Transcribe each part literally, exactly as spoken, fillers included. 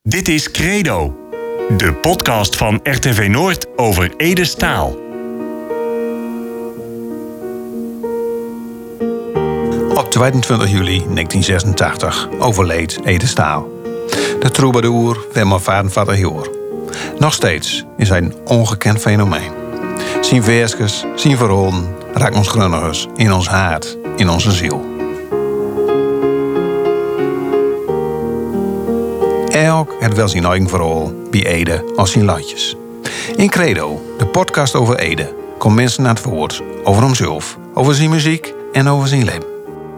Dit is Credo, de podcast van R T V Noord over Ede Staal. Op tweeëntwintig juli negentien zesentachtig overleed Ede Staal. De troubadour werd maar vijfenveertig jaar. Nog steeds is hij een ongekend fenomeen. Zijn versjes, zijn verhalen raken ons grunnigers in ons hart, in onze ziel. Elk het wel zijn eigen verhaal bij Ede als zijn latjes. In Credo, de podcast over Ede, komen mensen naar het woord over hemzelf, over zijn muziek en over zijn leven.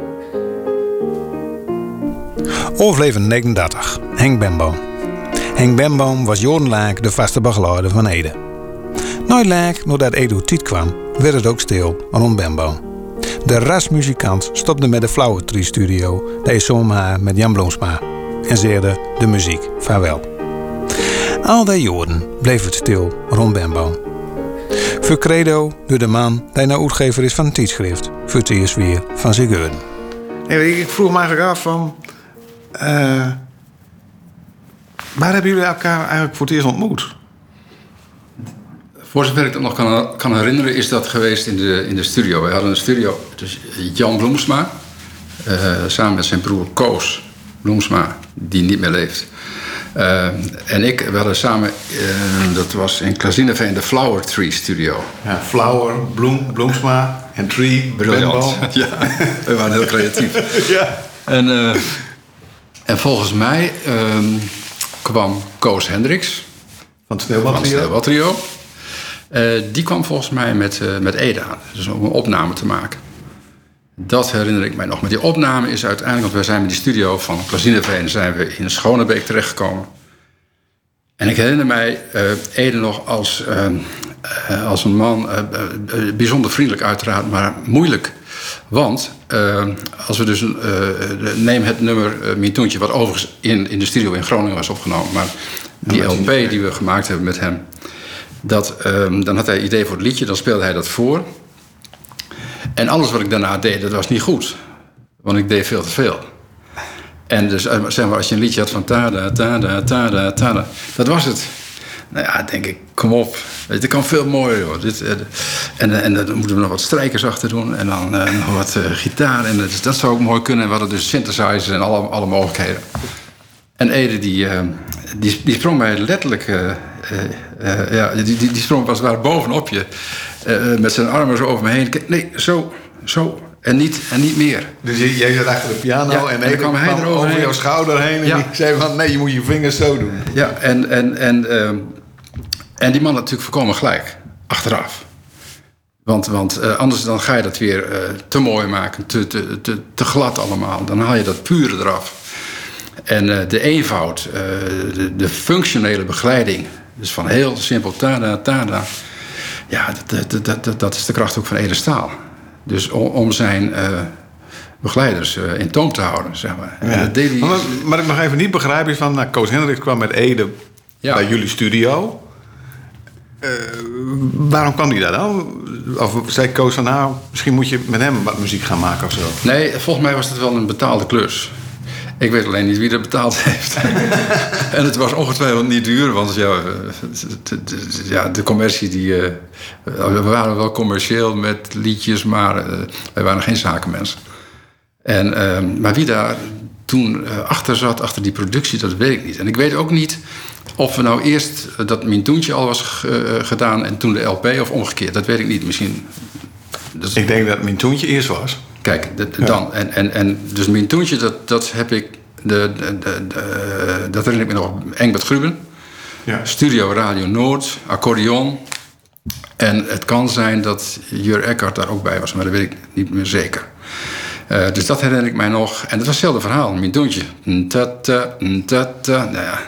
Overlevend negenendertig, Henk Bemboom. Henk Bemboom was jarenlang de vaste begeleider van Ede. Nooit lang nadat Ede uit tijd kwam, werd het ook stil rond Bemboom. De rasmuzikant stopte met de Flower Tree Studio, deze zomer met Jan Bloemsma, en zeerde de muziek vaarwel. Al die jaren bleef het stil rond Bemboom. Voor Credo door de man die nou uitgever is van een tijdschrift, voor het eerst weer van zijn geurden. Nee, ik vroeg me eigenlijk af van... Uh, waar hebben jullie elkaar eigenlijk voor het eerst ontmoet? Voor zover ik dat nog kan, kan herinneren, is dat geweest in de, in de studio. We hadden een studio, dus Jan Bloemsma, uh, samen met zijn broer Koos Bloemsma, die niet meer leeft. Uh, en ik, we hadden samen, uh, dat was in Klazineveen, de Flower Tree Studio. Ja, Flower, Bloem, Bloemsma en Tree, briljant. Ja, we waren heel creatief. Ja. En, uh, en volgens mij uh, kwam Koos Hendricks van het Sneeuwbal Trio. Uh, die kwam volgens mij met, uh, met Ede aan, dus om een opname te maken. Dat herinner ik mij nog. Maar die opname is uiteindelijk, want wij zijn met die studio van Klazineveen zijn we in Schonebeek terechtgekomen. En ik herinner mij uh, Ede nog als, uh, uh, als een man, uh, uh, bijzonder vriendelijk uiteraard, maar moeilijk. Want uh, als we dus, uh, neem het nummer uh, Mijn Toentje, wat overigens in, in de studio in Groningen was opgenomen, maar die L P die we gemaakt hebben met hem, dat, uh, dan had hij een idee voor het liedje, dan speelde hij dat voor. En alles wat ik daarna deed, dat was niet goed. Want ik deed veel te veel. En dus zeg maar, als je een liedje had van tada, tada, tada, tada, dat was het. Nou ja, denk ik, kom op. Weet je, het kan veel mooier, hoor. Dit, uh, en, en dan moeten we nog wat strijkers achter doen. En dan uh, nog wat uh, gitaar. En dat, dat zou ook mooi kunnen. En we hadden dus synthesizers en alle, alle mogelijkheden. En Ede, die, uh, die, die sprong mij letterlijk... Uh, uh, uh, ja, die, die, die sprong als het ware bovenop je. Uh, met zijn armen zo over me heen. Nee, zo, zo. En niet, en niet meer. Dus jij zat achter de piano ja, en, en dan kwam hij kwam over heen. Jouw schouder heen. En ja. Die zei van, nee, je moet je vingers zo doen. Ja, en, en, en, uh, en die man natuurlijk voorkomen gelijk. Achteraf. Want, want uh, anders dan ga je dat weer uh, te mooi maken. Te, te, te, te glad allemaal. Dan haal je dat pure eraf. En uh, de eenvoud. Uh, de, de functionele begeleiding. Dus van heel simpel tada, tada. Ja, dat, dat, dat, dat is de kracht ook van Ede Staal. Dus om, om zijn uh, begeleiders uh, in toom te houden, zeg maar. Ja. En dat deed hij... Maar wat ik nog even niet begrijp is van... Nou, Koos Hendricks kwam met Ede ja. bij jullie studio. Uh, waarom kwam hij daar dan? Of zei Koos van nou, misschien moet je met hem wat muziek gaan maken of zo? Nee, volgens mij was het wel een betaalde klus. Ik weet alleen niet wie dat betaald heeft. En het was ongetwijfeld niet duur, want ja, de, de, ja, de commercie die... Uh, we waren wel commercieel met liedjes, maar uh, wij waren geen zakenmensen. En, uh, maar wie daar toen uh, achter zat, achter die productie, dat weet ik niet. En ik weet ook niet of we nou eerst dat Mijn Toentje al was uh, gedaan en toen de L P of omgekeerd. Dat weet ik niet, misschien... Dus... Ik denk dat Mijn Toentje eerst was. Kijk, de, de, dan. En, en, en dus Mijn Toentje, dat, dat heb ik... De, de, de, de, dat herinner ik me nog. Engbert Gruben. Ja. Studio Radio Noord. Accordeon. En het kan zijn dat Jur Eckhart daar ook bij was. Maar dat weet ik niet meer zeker. Uh, dus dat herinner ik mij nog. En het was hetzelfde verhaal. Mijn Toentje. Ta-ta, ta-ta. Nou ja.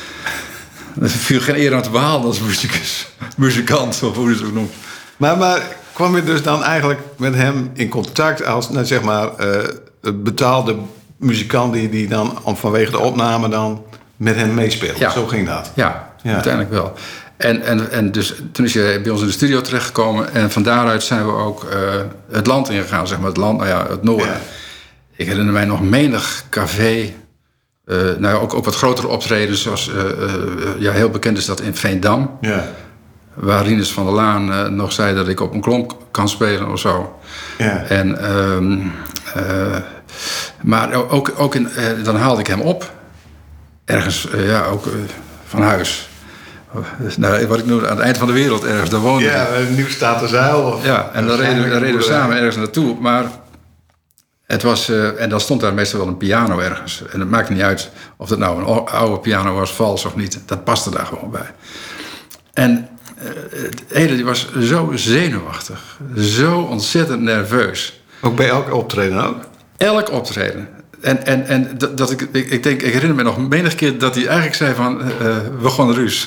Er viel geen eer aan te behalen als muzikus. Muzikant, of hoe je het ook noemt. Maar... maar... kwam je dus dan eigenlijk met hem in contact als, nou zeg maar, uh, betaalde muzikant die, die dan vanwege de opname dan met hem meespeelde? Ja. Zo ging dat? Ja, ja. Uiteindelijk wel. En, en, en dus toen is je bij ons in de studio terechtgekomen en van daaruit zijn we ook uh, het land ingegaan, zeg maar, het land, nou ja, het noorden. Ja. Ik herinner mij nog menig café Uh, nou ja, ook, ook wat grotere optredens, zoals uh, uh, ja, heel bekend is dat in Veendam. Ja. Waar Rinus van der Laan uh, nog zei dat ik op een klomp kan spelen of zo. Ja. En, um, uh, maar ook, ook in, uh, dan haalde ik hem op. Ergens, uh, ja, ook uh, van huis. Nou, wat ik noemde, aan het eind van de wereld ergens, daar woonde Ja, ik. Nieuw Statenzuil. Of Ja, en dan reden, dan reden we samen ergens naartoe. Maar het was, uh, en dan stond daar meestal wel een piano ergens. En het maakt niet uit of dat nou een oude piano was, vals of niet. Dat paste daar gewoon bij. En uh, Ede die was zo zenuwachtig. Zo ontzettend nerveus. Ook bij elk optreden ook? Elk optreden. En, en, en dat, dat ik, ik, ik denk, ik herinner me nog menig keer dat hij eigenlijk zei van, uh, we gaan ruus.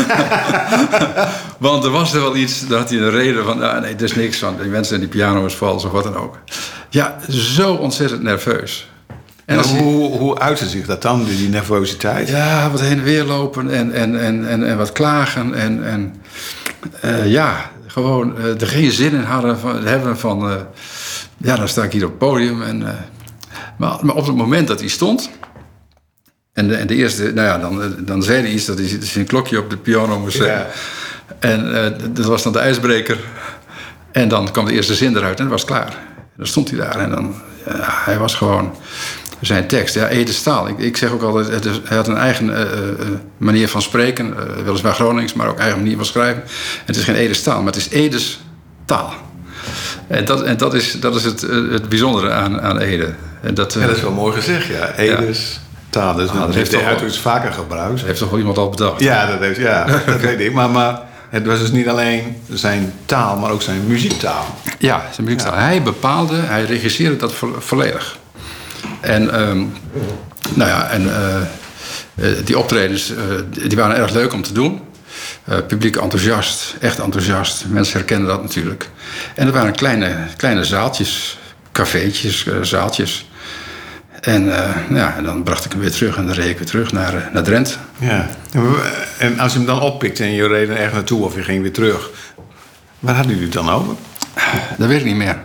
Want er was er wel iets, dat had hij een reden van, nou, nee, er is niks van, die mensen en die piano is vals of wat dan ook. Ja, zo ontzettend nerveus. En als hoe, hoe uitte zich dat dan, die nervositeit? Ja, wat heen en weer lopen en, en, en, en, en wat klagen en, en uh, ja, gewoon uh, er geen zin in hadden van, hebben van, uh, ja, dan sta ik hier op het podium en... Uh, Maar, maar op het moment dat hij stond... en de, en de eerste... Nou ja, dan, dan zei hij iets dat hij zijn klokje op de piano moest zetten. Ja. En uh, dat was dan de ijsbreker. En dan kwam de eerste zin eruit en dat was klaar. En dan stond hij daar en dan... Ja, hij was gewoon... Zijn tekst, ja, Edes taal. Ik, ik zeg ook altijd, het is, hij had een eigen uh, uh, manier van spreken. Uh, weliswaar Gronings, maar ook eigen manier van schrijven. En het is geen Edes taal, maar het is Edes taal. En dat, en dat is, dat is het, het bijzondere aan, aan Ede. En dat, ja, dat is wel mooi gezegd, ja. Edes ja. taal. Dus ah, dat heeft hij uiteraard vaker gebruikt. Dat heeft toch wel iemand al bedacht? Ja, dat, heeft, ja, dat weet ik. Maar, maar het was dus niet alleen zijn taal, maar ook zijn muziektaal. Ja, zijn muziektaal. Ja. Hij bepaalde, hij regisseerde dat vo- volledig. En, um, nou ja, en uh, die optredens, uh, die waren erg leuk om te doen. Uh, publiek enthousiast, echt enthousiast. Mensen herkennen dat natuurlijk. En er waren kleine, kleine zaaltjes, cafeetjes, uh, zaaltjes. En, uh, ja, en dan bracht ik hem weer terug en dan reed ik weer terug naar, uh, naar Drenthe. Ja. En als je hem dan oppikte en je reed er ergens naartoe of je ging weer terug... waar hadden jullie het dan over? Dat weet ik niet meer.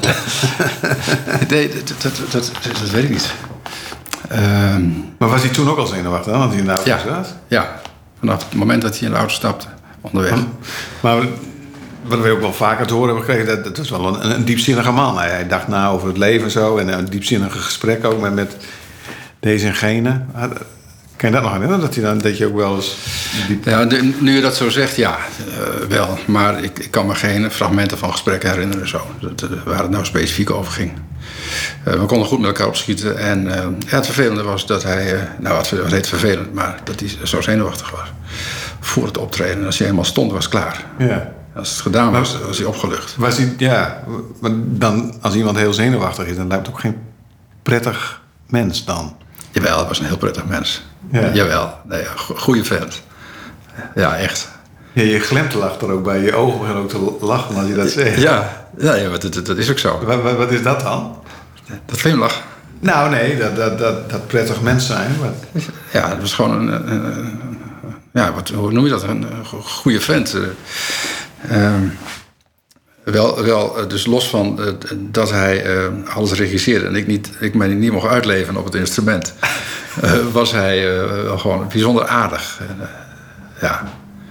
nee, dat, dat, dat, dat, dat weet ik niet. Um, maar was hij toen ook al zenuwachtig dan, dat hij in de auto ja, zat? Ja, vanaf het moment dat hij in de auto stapte, onderweg. Maar, maar wat we ook wel vaker te horen hebben gekregen... dat, dat was wel een, een diepzinnige man. Hij, hij dacht na over het leven en zo... en een diepzinnige gesprek ook met, met deze en gene. Kan je dat nog herinneren? Dat, hij dan, dat je ook wel eens... Diep... Ja, de, nu je dat zo zegt, ja, uh, wel. Maar ik, ik kan me geen fragmenten van gesprekken herinneren zo. Dat, uh, waar het nou specifiek over ging. Uh, we konden goed met elkaar opschieten. En uh, ja, het vervelende was dat hij... Uh, nou, wat, wat heet vervelend, maar dat hij zo zenuwachtig was. Voor het optreden. Als hij eenmaal stond, was het klaar. Ja. Als het gedaan was, was hij opgelucht. Was hij, ja, maar dan, als iemand heel zenuwachtig is... dan lijkt het ook geen prettig mens dan. Jawel, het was een heel prettig mens. Ja. Jawel, nee, goede vent. Ja, echt. Ja, je glimlacht er ook bij. Je ogen beginnen ook te lachen als je dat zegt. Ja, ja, ja dat, dat, dat is ook zo. Wat, wat, wat is dat dan? Dat glimlach. Nou, nee, dat, dat, dat, dat prettig mens zijn. Wat? Ja, dat was gewoon een... een, een ja, wat, hoe noem je dat? Een, een goede vent. Uh, um, wel, wel, dus los van uh, dat hij uh, alles regisseerde... en ik, niet, ik mij niet mocht uitleven op het instrument... uh, was hij uh, wel gewoon bijzonder aardig. Uh, ja...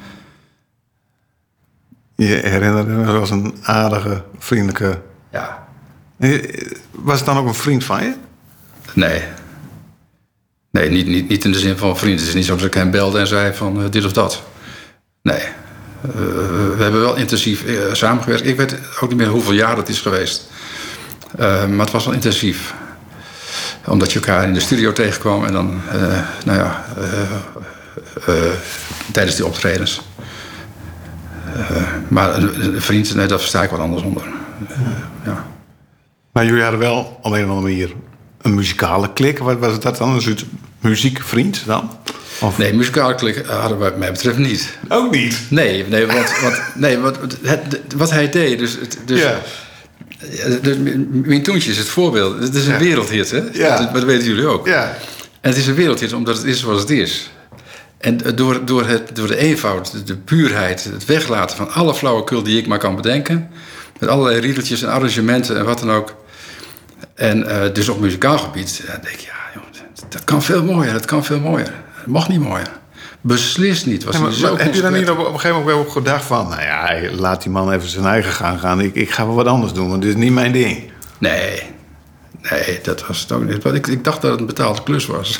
Je herinnert me als een aardige, vriendelijke... Ja. Was het dan ook een vriend van je? Nee. Nee, niet, niet, niet in de zin van vriend. Het is niet zo dat ik hem belde en zei van uh, dit of dat. Nee. Uh, we hebben wel intensief uh, samengewerkt. Ik weet ook niet meer hoeveel jaar dat is geweest. Uh, maar het was wel intensief. Omdat je elkaar in de studio tegenkwam en dan, uh, nou ja, uh, uh, tijdens die optredens. Uh, maar een vriend, nee, dat versta ik wat anders onder. Uh, ja. Maar jullie hadden wel op een of andere manier een muzikale klik. Wat was dat dan? Een soort muziekvriend dan? Of? Nee, muzikale klik hadden we wat mij betreft niet. Ook niet? Nee, nee, want, want, nee wat, het, wat hij deed, dus... dus ja. Mijn Toentje is het voorbeeld. Het is een ja. wereldhit, hè? Ja. Dat, dat weten jullie ook. Ja. En het is een wereldhit omdat het is zoals het is. En door, door, het, door de eenvoud, de puurheid, het weglaten van alle flauwekul die ik maar kan bedenken... met allerlei riedeltjes en arrangementen en wat dan ook... En uh, dus op muzikaal gebied, ja, denk ik, ja, joh, dat kan veel mooier, dat kan veel mooier. Het mocht niet mooier. Beslist niet. Was Ja, maar, zo maar heb je dan niet op, op een gegeven moment op gedacht van... nou ja, laat die man even zijn eigen gang gaan. Ik, ik ga wel wat anders doen, want dit is niet mijn ding. Nee, nee, dat was het ook niet. Ik, ik dacht dat het een betaalde klus was.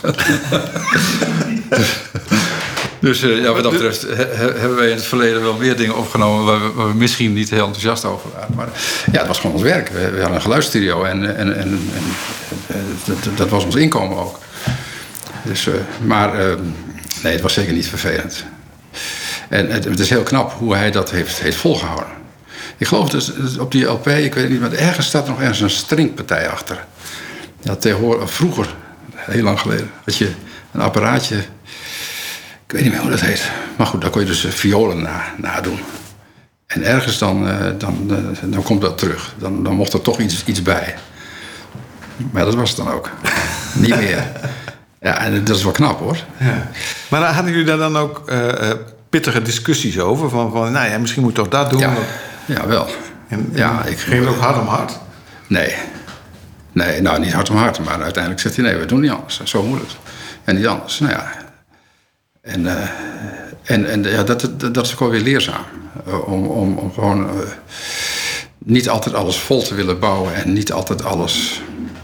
Dus uh, ja, wat dat betreft he, he, hebben wij in het verleden wel meer dingen opgenomen... waar we, waar we misschien niet heel enthousiast over waren. Maar ja, het was gewoon ons werk. We, we hadden een geluidsstudio en, en, en, en, en dat, dat was ons inkomen ook. Dus, uh, maar uh, nee, het was zeker niet vervelend. En het, het is heel knap hoe hij dat heeft, heeft volgehouden. Ik geloof dus op die L P, ik weet niet, maar ergens staat nog ergens een stringpartij achter. Ja, tegenwoordig, vroeger, heel lang geleden, had je een apparaatje... Ik weet niet meer hoe dat heet. Maar goed, daar kon je dus violen na, nadoen. En ergens dan, uh, dan, uh, dan komt dat terug. Dan, dan mocht er toch iets, iets bij. Maar dat was het dan ook. Niet meer. Ja, en dat is wel knap, hoor. Ja. Maar hadden jullie daar dan ook uh, pittige discussies over? Van, van nou ja, misschien moet je toch dat doen? Ja, ja wel. En, en ja, ik, ging het ook hard om hard? Nee. Nee, nou, niet hard om hard. Maar uiteindelijk zegt hij, nee, we doen niet anders. Zo moet het. En niet anders. Nou ja... En, uh, en, en ja, dat, dat, dat is ook wel weer leerzaam. Uh, om, om, om gewoon uh, niet altijd alles vol te willen bouwen... en niet altijd alles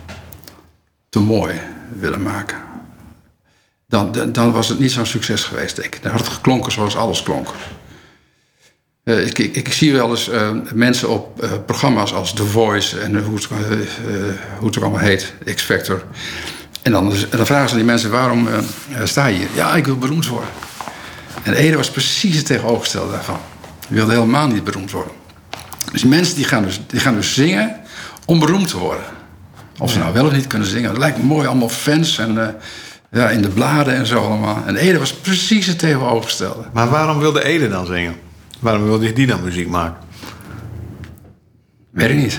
te mooi willen maken. Dan, dan was het niet zo'n succes geweest, denk ik. Dan had het geklonken zoals alles klonk. Uh, ik, ik, ik zie wel eens uh, mensen op uh, programma's als The Voice... en uh, hoe, het, uh, hoe het ook allemaal heet, X-Factor... En dan, dan vragen ze die mensen, waarom uh, sta je hier? Ja, ik wil beroemd worden. En Ede was precies het tegenovergestelde daarvan. Hij wilde helemaal niet beroemd worden. Dus die mensen die gaan, dus, die gaan dus zingen om beroemd te worden. Of ze nou wel of niet kunnen zingen. Dat lijkt me mooi, allemaal fans en uh, ja, in de bladen en zo allemaal. En Ede was precies het tegenovergestelde. Maar waarom wilde Ede dan zingen? Waarom wilde die dan muziek maken? Weet ik niet.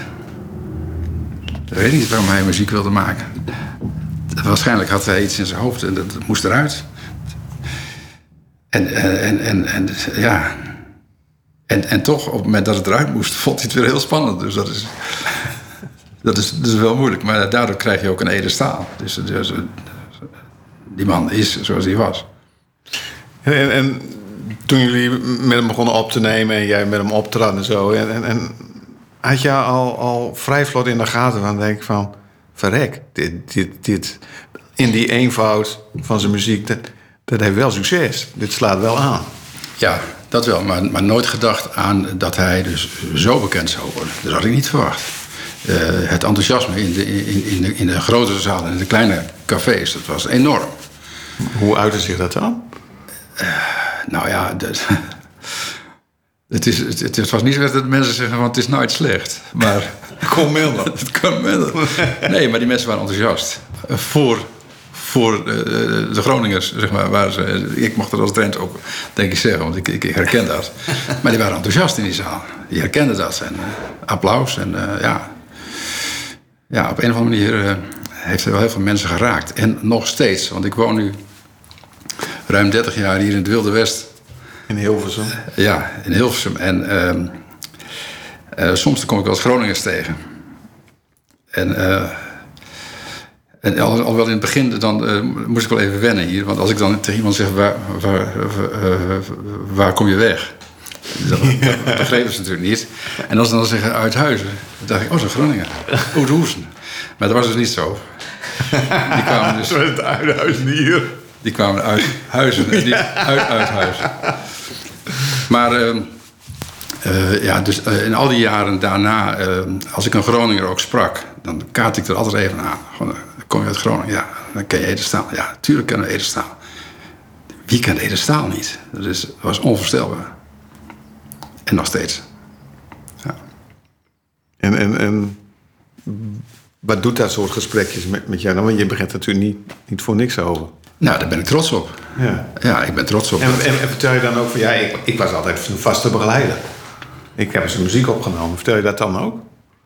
Ik weet niet waarom hij muziek wilde maken. Waarschijnlijk had hij iets in zijn hoofd en dat, dat moest eruit. En, en, en, en ja. En, en toch, op het moment dat het eruit moest, vond hij het weer heel spannend. Dus dat is, dat is, dat is wel moeilijk. Maar daardoor krijg je ook een Ede staal. Dus, dus die man is zoals hij was. En, en, en toen jullie met hem begonnen op te nemen en jij met hem optrad en zo. En, en, en had je al, al vrij vlot in de gaten van denk ik van... Verrek, dit, dit, dit, in die eenvoud van zijn muziek, dat, dat heeft wel succes. Dit slaat wel aan. Ja, dat wel, maar, maar nooit gedacht aan dat hij dus zo bekend zou worden. Dat had ik niet verwacht. Uh, het enthousiasme in de, in, in, de, in de grote zalen en in de kleine cafés, dat was enorm. Hoe uitte zich dat dan? Uh, nou ja, dat, het, is, het, het was niet zo dat mensen zeggen, want het is nooit slecht. Maar het kon minder. Het kon minder. Nee, maar die mensen waren enthousiast. Voor, voor de, de Groningers, zeg maar. Waar ze, ik mocht dat als Drent ook, denk ik, zeggen, want ik, ik, ik herken dat. Maar die waren enthousiast in die zaal. Die herkenden dat. En uh, applaus. En uh, ja. Ja, op een of andere manier uh, heeft hij wel heel veel mensen geraakt. En nog steeds, want ik woon nu ruim dertig jaar hier in het Wilde West. In Hilversum? Uh, ja, in Hilversum. En uh, uh, soms kom ik wel eens Groningers tegen. En, uh, en al, alhoewel in het begin dan, uh, moest ik wel even wennen hier. Want als ik dan tegen iemand zeg, waar, waar, uh, waar kom je weg? Dat, dat begrepen ze natuurlijk niet. En als ze dan zeggen Uithuizen, dan dacht ik, oh, dat is een Groninger. Oudhoezen. Maar dat was dus niet zo. Die kwamen dus... Zo is het Uithuizen hier. Die kwamen uit Huizen en niet uit Uithuizen. Maar uh, uh, ja, dus uh, in al die jaren daarna, uh, als ik een Groninger ook sprak, dan kaart ik er altijd even aan. Gewoon, kom je uit Groningen? Ja, dan ken je Edestaal. Ja, natuurlijk kennen we Edestaal. Wie kent Edestaal niet? Dat is, was onvoorstelbaar. En nog steeds. Ja. En, en, en wat doet dat soort gesprekjes met, met jou dan? Want je begint natuurlijk niet, niet voor niks over. Nou, daar ben ik trots op. Ja, ja ik ben trots op. En, en, en vertel je dan ook van, ja, ik, ik was altijd een vaste begeleider. Ik heb zijn muziek opgenomen. Vertel je dat dan ook?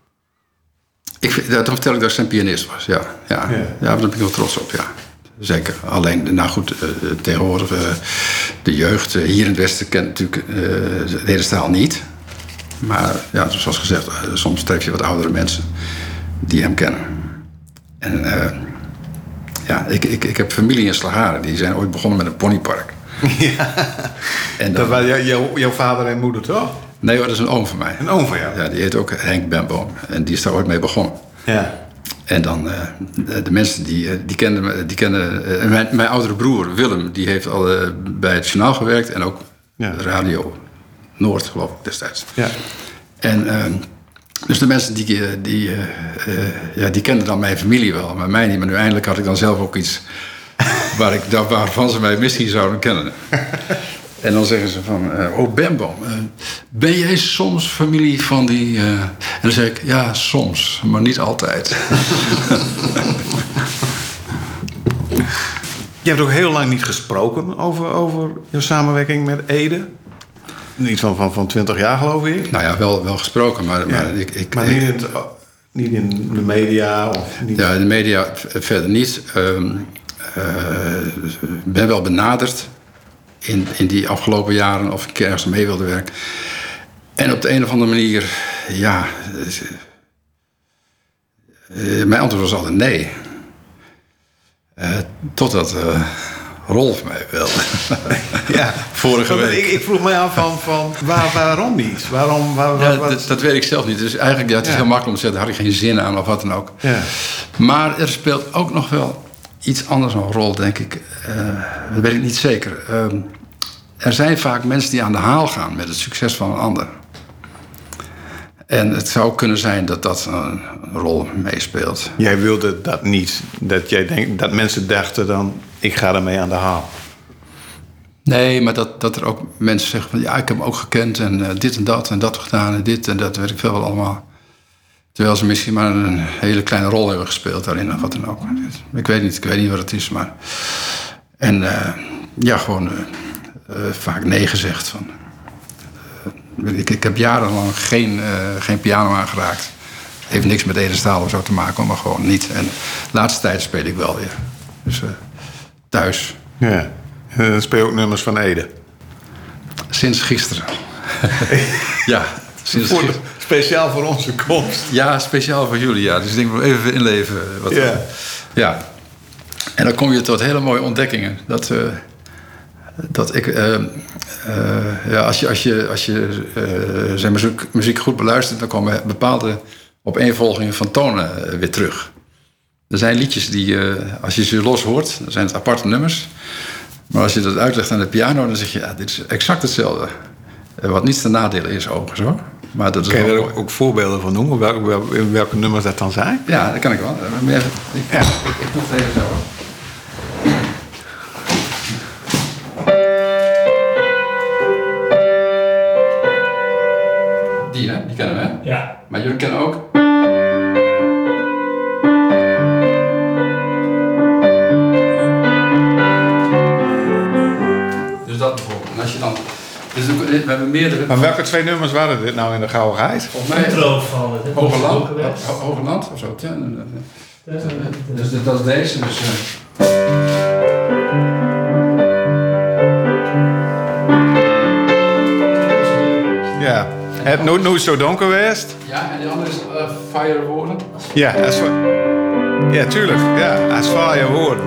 Ik, dan vertel ik dat ik zijn pianist was, ja. Ja, ja. ja daar ben ik wel trots op, ja. Zeker. Alleen, nou goed, uh, tegenwoordig, uh, de jeugd uh, hier in het Westen kent natuurlijk uh, de Edestaal niet. Maar ja, zoals gezegd, uh, soms tref je wat oudere mensen die hem kennen. En uh, Ja, ik, ik, ik heb familie in Slagharen. Die zijn ooit begonnen met een ponypark. Ja. En dan, Dat was jou, jouw vader en moeder, toch? nee hoor, dat is een oom van mij. Een oom van jou? Ja, die heet ook Henk Benboom. En die is daar ooit mee begonnen. Ja. En dan uh, de, de mensen die, uh, die kenden me. Die kenden, uh, mijn, mijn oudere broer Willem, die heeft al uh, bij het journaal gewerkt. En ook Ja. Radio Noord, geloof ik, destijds. Ja. En uh, dus de mensen die, uh, die, uh, uh, ja, die kenden dan mijn familie wel, maar mij niet. Maar nu eindelijk had ik dan zelf ook iets waar ik, waarvan ze mij misschien zouden kennen. En dan zeggen ze van, uh, oh Benboom, uh, ben jij soms familie van die... Uh... En dan zeg ik, ja, soms, maar niet altijd. Je hebt ook heel lang niet gesproken over, over je samenwerking met Ede. Niet van, van, van twintig jaar, geloof ik. Nou ja, wel, wel gesproken, maar, Ja. maar ik... ik Maar ik- niet in, het, niet in de media? Of niet... Ja, in de media verder niet. Um, uh, Ik ben wel benaderd in, in die afgelopen jaren of ik ergens mee wilde werken. En op de een of andere manier, ja... Uh, mijn antwoord was altijd nee. Uh, totdat uh, Rolf mij belde. Ja. Vorige Maar week. Ik, ik vroeg me af van, van waar, waarom niet? Waarom, waar, Ja, wat- dat, dat weet ik zelf niet. Dus eigenlijk, ja, het is Ja. heel makkelijk om te zeggen, daar had ik geen zin aan of wat dan ook. Ja. Maar er speelt ook nog wel iets anders een rol, denk ik. Uh, dat weet ik niet zeker. Uh, er zijn vaak mensen die aan de haal gaan met het succes van een ander. En het zou kunnen zijn dat dat een rol meespeelt. Jij wilde dat niet. Dat, jij denkt, dat mensen dachten dan, ik ga ermee aan de haal. Nee, maar dat, dat er ook mensen zeggen van... ja, ik heb hem ook gekend en uh, dit en dat en dat gedaan en dit en dat, weet ik veel wel allemaal. Terwijl ze misschien maar een hele kleine rol hebben gespeeld daarin of wat dan ook. Ik weet niet, ik weet niet wat het is, maar... En uh, ja, gewoon uh, uh, vaak nee gezegd. Van, uh, ik, ik heb jarenlang geen, uh, geen piano aangeraakt. Heeft niks met Ede Staal of zo te maken, maar gewoon niet. En de laatste tijd speel ik wel weer. Dus uh, thuis. Ja. En dan speel je ook nummers van Ede. Sinds gisteren. ja, sinds Voor de- gisteren. speciaal voor onze komst. Ja, speciaal voor jullie, ja. Dus ik denk, ik wil even inleven. Wat Ja. ja. En dan kom je tot hele mooie ontdekkingen. Dat, uh, dat ik... Uh, uh, ja, als je, als je, als je uh, zijn muziek, muziek goed beluistert... dan komen bepaalde opeenvolgingen van tonen uh, weer terug. Er zijn liedjes die, uh, als je ze los hoort... dan zijn het aparte nummers. Maar als je dat uitlegt aan de piano... dan zeg je, ja, dit is exact hetzelfde. Uh, wat niet ten nadele is, overigens, hoor. Maar dat is Kun je wel er mooi. ook, ook voorbeelden van noemen? Welke, wel- in welke nummers dat dan zijn? Ja, dat kan ik wel. Maar even- Ik, Ja. ik, ik doe het even zo. hoor. Die, hè? Die kennen we, hè? Ja. Maar jullie kennen ook... Dus dat bijvoorbeeld. En als je dan... Dus we hebben meerdere... Maar welke twee nummers waren dit nou in de Gouwigheid? Volgens mij... Intro van het Hoge Land, Hoge West. Ho- Hoge Land of zo. Ja, dus dit- dat is deze. Dus, uh, Ja. Het nooit, nooit zo donker geweest. ja, en die andere is uh, Fire Woorden. Ja, als va- ja, tuurlijk. Ja, als fire woorden.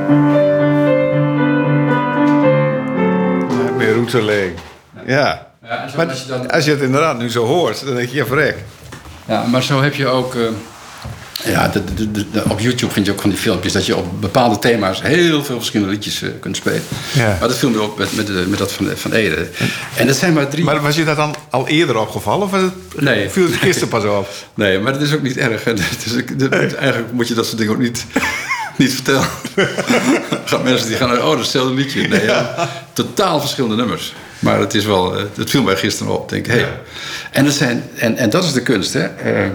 Ja, meer route leeg. Ja. Ja, en zo, Maar als je dan, als je het inderdaad nu zo hoort, dan denk je, ja, verrek. ja, maar zo heb je ook... Uh, ja, de, de, de, de- op YouTube vind je ook van die filmpjes... dat je op bepaalde thema's heel veel verschillende liedjes uh, kunt spelen. Ja. Maar dat viel me op met, met, de- met dat van, van Ede. En dat zijn maar drie... Maar was je dat dan al eerder opgevallen? Of was het, Nee. viel het gisteren pas op? Nee, maar dat is ook niet erg. hè. Dus ik, de- eigenlijk moet je dat soort dingen ook niet, niet vertellen. gaan mensen die gaan, oh, dat is hetzelfde liedje. Nee, ja, totaal verschillende nummers. Maar het is wel, eh, het viel mij gisteren op. Denk ik, hey. En, dat zijn, en, en dat is de kunst, hè. Eh,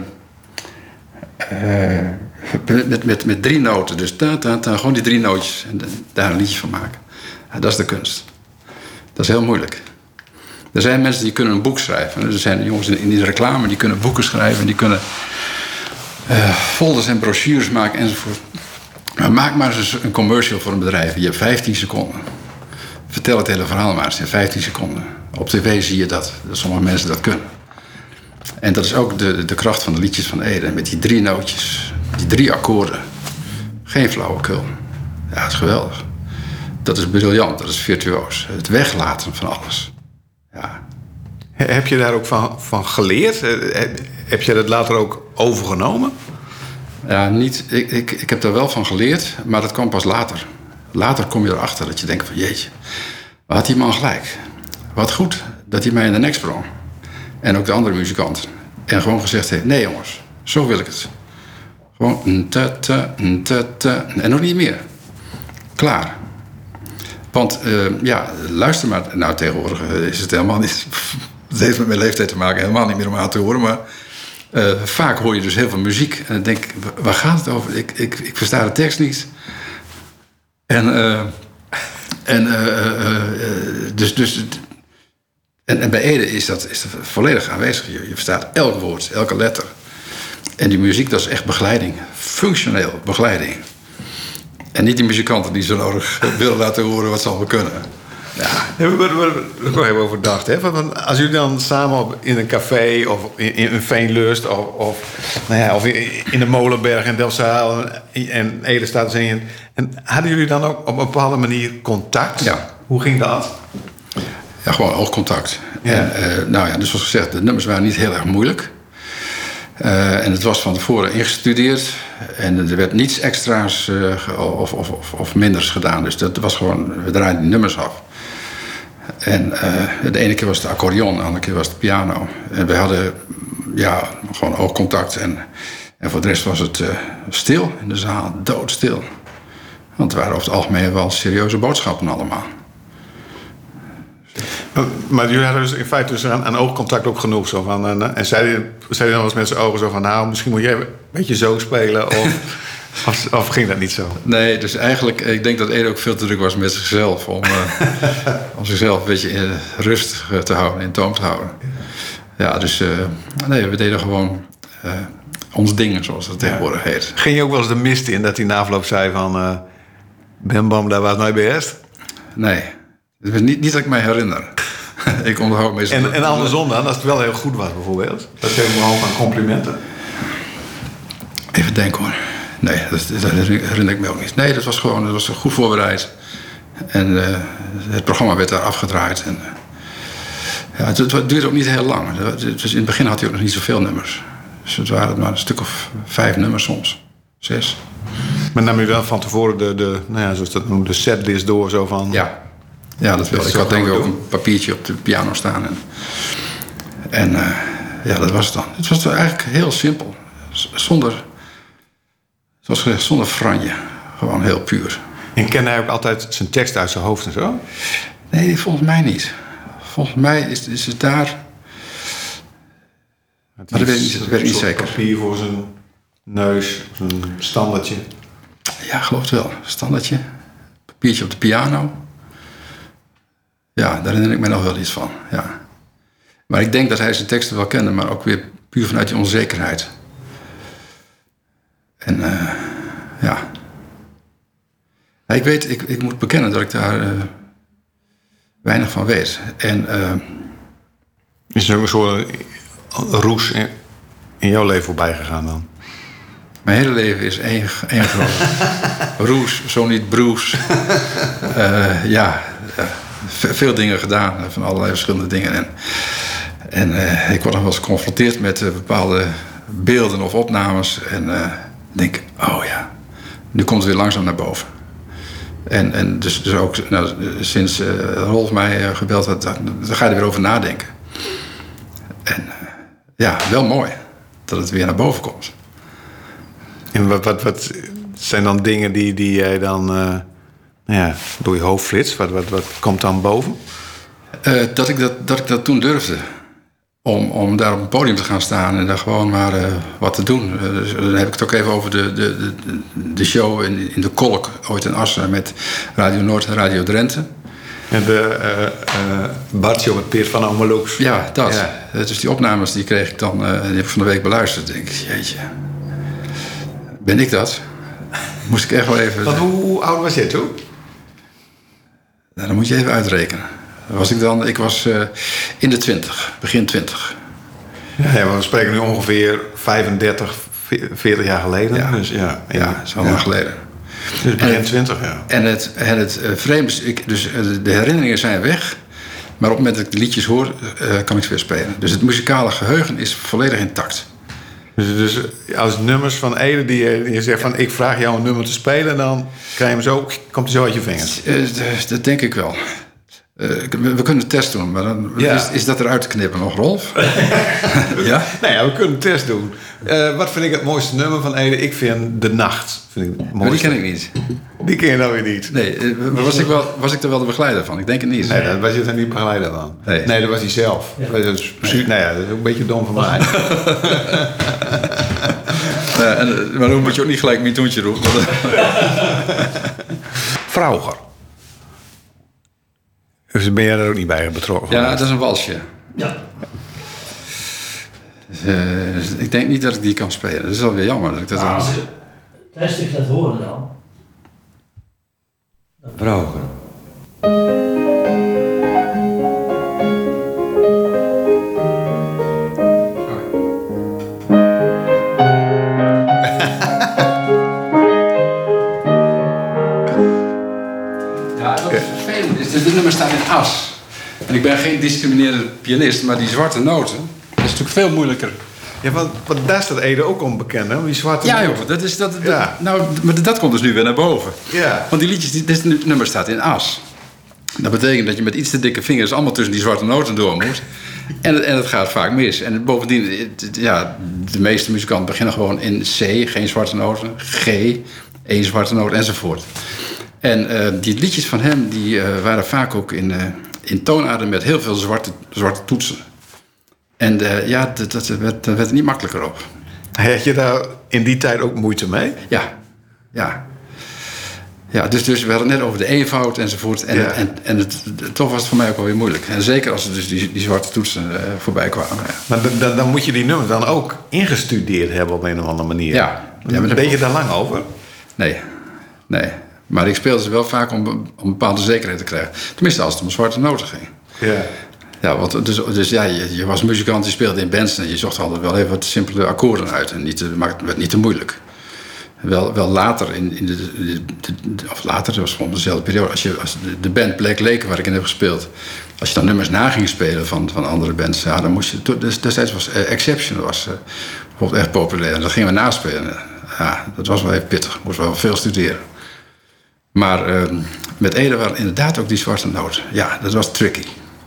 eh, met, met, met drie noten. Dus ta, ta, ta, gewoon die drie nootjes. En daar een liedje van maken. Ja, dat is de kunst. Dat is heel moeilijk. Er zijn mensen die kunnen een boek schrijven. Er zijn jongens in de reclame die kunnen boeken schrijven. Die kunnen uh, folders en brochures maken enzovoort. Maar maak maar eens een commercial voor een bedrijf. Je hebt vijftien seconden. Vertel het hele verhaal maar eens in vijftien seconden. Op tv zie je dat. Dat sommige mensen dat kunnen. En dat is ook de, de kracht van de liedjes van Ede. Met die drie nootjes. Die drie akkoorden. Geen flauwekul. Ja, het is geweldig. Dat is briljant, dat is virtuoos. Het weglaten van alles. Ja. Heb je daar ook van, van geleerd? Heb je dat later ook overgenomen? Ja, niet, ik, ik, ik heb daar wel van geleerd, maar dat kwam pas later. Later kom je erachter dat je denkt van jeetje, wat had die man gelijk. Wat goed dat hij mij in de nek sprong. En ook de andere muzikanten. En gewoon gezegd heeft, nee jongens, zo wil ik het. Gewoon een ta ta een ta ta en nog niet meer. Klaar. Want uh, ja, luister maar. Nou, tegenwoordig is het helemaal niet... Het heeft met mijn leeftijd te maken, helemaal niet meer om aan te horen. Maar uh, vaak hoor je dus heel veel muziek. En dan denk ik, waar gaat het over? Ik, ik, ik versta de tekst niet. En, uh, en uh, uh, uh, dus... dus en, en bij Ede is dat, is dat volledig aanwezig. Je, je verstaat elk woord, elke letter. En die muziek, dat is echt begeleiding. Functioneel begeleiding. En niet die muzikanten die zo nodig willen laten horen wat ze allemaal kunnen. Ja. Ja, we hebben er nog even over gedacht. Hè? Want als jullie dan samen op, in een café of in, in een Veenlust of, of, nou ja, of in de Molenberg in Delfzijl en, en Ede staat er zingen. En hadden jullie dan ook op een bepaalde manier contact? Ja. Hoe ging dat? Ja, gewoon oogcontact. Ja. En, uh, nou ja, dus zoals gezegd, de nummers waren niet heel erg moeilijk. Uh, en het was van tevoren ingestudeerd. En er werd niets extra's uh, of, of, of, of minders gedaan. Dus dat was gewoon, we draaiden die nummers af. En uh, de ene keer was het de accordeon, de andere keer was het de piano. En we hadden ja, gewoon oogcontact. En, en voor de rest was het uh, stil in de zaal, doodstil. Want het waren over het algemeen wel serieuze boodschappen allemaal. Maar, maar jullie hadden dus in feite dus aan, aan oogcontact ook genoeg. Zo van, en, en zei je dan wel eens met zijn ogen zo van... nou, misschien moet jij een beetje zo spelen of, of, of ging dat niet zo? Nee, dus eigenlijk, ik denk dat Ede ook veel te druk was met zichzelf... om, uh, om zichzelf een beetje in rust te houden, in toom te houden. Ja, dus uh, nee, we deden gewoon uh, ons ding, zoals het tegenwoordig heet. Ging je ook wel eens de mist in dat hij na afloop zei van... Uh, Bam Bam, daar was het mij best? Nee, het is niet, niet dat ik mij herinner. Ik onderhoud meestal... En, en andersom dan, als het wel heel goed was bijvoorbeeld? Dat geeft me ook aan complimenten. Even denken hoor. Nee, dat, dat herinner ik me ook niet. Nee, dat was gewoon dat was goed voorbereid. En uh, het programma werd daar afgedraaid. En, uh, ja, het, het duurde ook niet heel lang. Dus in het begin had hij ook nog niet zoveel nummers. Dus het waren maar een stuk of vijf nummers soms. Zes. Maar nam je dan van tevoren de, de, nou ja, zoals dat noemt, de setlist door? Zo van... Ja. Ja, dat wel. Ik had denk ik ook een papiertje op de piano staan. En, en uh, ja, dat was het dan. Het was eigenlijk heel simpel. Zonder, zoals gezegd, zonder franje. Gewoon heel puur. En kende hij ook altijd zijn tekst uit zijn hoofd en zo? Nee, volgens mij niet. Volgens mij is, is het daar... Het maar dat weet ik niet, dat weet ik niet zeker. Papier voor zijn neus, zijn standaardje. Ja, geloof het wel. Standaardje. Papiertje op de piano. Ja, daar herinner ik me nog wel iets van, ja. Maar ik denk dat hij zijn teksten wel kende, maar ook weer puur vanuit die onzekerheid. En uh, ja. ja. Ik weet, ik, ik moet bekennen dat ik daar uh, weinig van weet. En, uh, is er ook een soort roes in, in jouw leven voorbij gegaan dan? Mijn hele leven is één, één grote roes, zo niet broes. Uh, ja, uh, veel dingen gedaan, van allerlei verschillende dingen. En, en uh, ik word nog wel eens geconfronteerd met uh, bepaalde beelden of opnames. En uh, denk, oh ja, nu komt het weer langzaam naar boven. En, en dus, dus ook nou, sinds uh, Rolf mij uh, gebeld had, dan ga je er weer over nadenken. En uh, ja, wel mooi dat het weer naar boven komt. En wat, wat, wat zijn dan dingen die, die jij dan... Uh... Nou ja, door je hoofd flitst, wat, wat, wat komt dan boven? Uh, dat, ik dat, dat ik dat toen durfde. Om, om daar op een podium te gaan staan en daar gewoon maar uh, wat te doen. Uh, dus, dan heb ik het ook even over de, de, de, de show in, in de Kolk, ooit in Assen, met Radio Noord en Radio Drenthe. En de uh, uh, Bartje op het Peert van Omeloeks. Ja, dat. Ja. Dus die opnames die kreeg ik dan, uh, die heb ik van de week beluisterd. Denk ik, jeetje, ben ik dat? Moest ik echt wel even... Want hoe, hoe oud was jij toen? Nou, dan moet je even uitrekenen. Was ik, dan, ik was uh, in de twintig, begin twintig. Ja, we spreken nu ongeveer vijfendertig, veertig jaar geleden. Ja, dus ja, ja, zo lang ja. geleden. Dus begin twintig, ja. En het, en het uh, vreemde is, ik, dus uh, de herinneringen zijn weg. Maar op het moment dat ik de liedjes hoor, uh, kan ik ze weer spelen. Dus het muzikale geheugen is volledig intact. Dus, dus als nummers van Ede die je, die je zegt van ik vraag jou een nummer te spelen, dan krijg je hem zo, komt hij zo uit je vingers. Uh, dat denk ik wel. Uh, we, we kunnen een test doen, maar dan ja. is, is dat eruit te knippen nog, Rolf? Ja? Nou ja, we kunnen een test doen. Uh, wat vind ik het mooiste nummer van Ede? Ik vind De Nacht. Vind ik het mooiste. Maar die ken ik niet. Die ken je nou weer niet? Nee, maar was ik, wel, was ik er wel de begeleider van? Ik denk het niet. Nee, daar was je er niet begeleider van. Nee, nee dat was hij zelf. Ja. Dat is, nee. Nou ja, dat is ook een beetje dom van mij. Ja, en, maar dan moet je ook niet gelijk Mitoentje roepen. Vrauger. Dus ben jij er ook niet bij betrokken? Ja, dat is een walsje. Ja. Uh, ik denk niet dat ik die kan spelen. Dat is wel weer jammer. Dat ik dat nou, als je het stuk laat horen dan. Vrauger. Dus dit nummer staat in as. En ik ben geen discriminerende pianist, maar die zwarte noten, dat is natuurlijk veel moeilijker. Ja, want, want daar staat Ede ook onbekend, hè? Die zwarte ja, noten. joh, dat is dat. dat ja. Nou, maar dat komt dus nu weer naar boven. Ja. Want die liedjes, die, dit nummer staat in as. Dat betekent dat je met iets te dikke vingers allemaal tussen die zwarte noten door moet. En het, en het gaat vaak mis. En bovendien, ja, de meeste muzikanten beginnen gewoon in C, geen zwarte noten, G, één zwarte noot enzovoort. En uh, die liedjes van hem die, uh, waren vaak ook in, uh, in toonaarden met heel veel zwarte, zwarte toetsen. En uh, ja, dat, dat, werd, dat werd er niet makkelijker op. Had je daar in die tijd ook moeite mee? Ja, ja. Ja, dus, dus we hadden het net over de eenvoud enzovoort. En, ja. en, en het, toch was het voor mij ook wel weer moeilijk. En zeker als er dus die, die zwarte toetsen uh, voorbij kwamen. Ja. Maar dan, dan moet je die nummers dan ook ingestudeerd hebben op een of andere manier. Ja. ja maar Deed je daar lang over? Nee, nee. Maar ik speelde ze wel vaak om, om een bepaalde zekerheid te krijgen. Tenminste, als het om zwarte noten ging. Ja. Ja, want dus, dus ja, je, je was muzikant, je speelde in bands en je zocht altijd wel even wat simpele akkoorden uit. En niet te, maar het werd niet te moeilijk. Wel, wel later, in, in de, de, de, of later, dat was gewoon dezelfde periode. Als, je, als de, de band Black Lake, waar ik in heb gespeeld, als je dan nummers na ging spelen van, van andere bands, ja, dan moest je. Dus, destijds was uh, Exception was, uh, bijvoorbeeld echt populair. En dat gingen we naspelen. Ja, dat was wel even pittig. Ik moest wel veel studeren. Maar uh, met Ede waren inderdaad ook die zwarte noten. Ja, dat was tricky.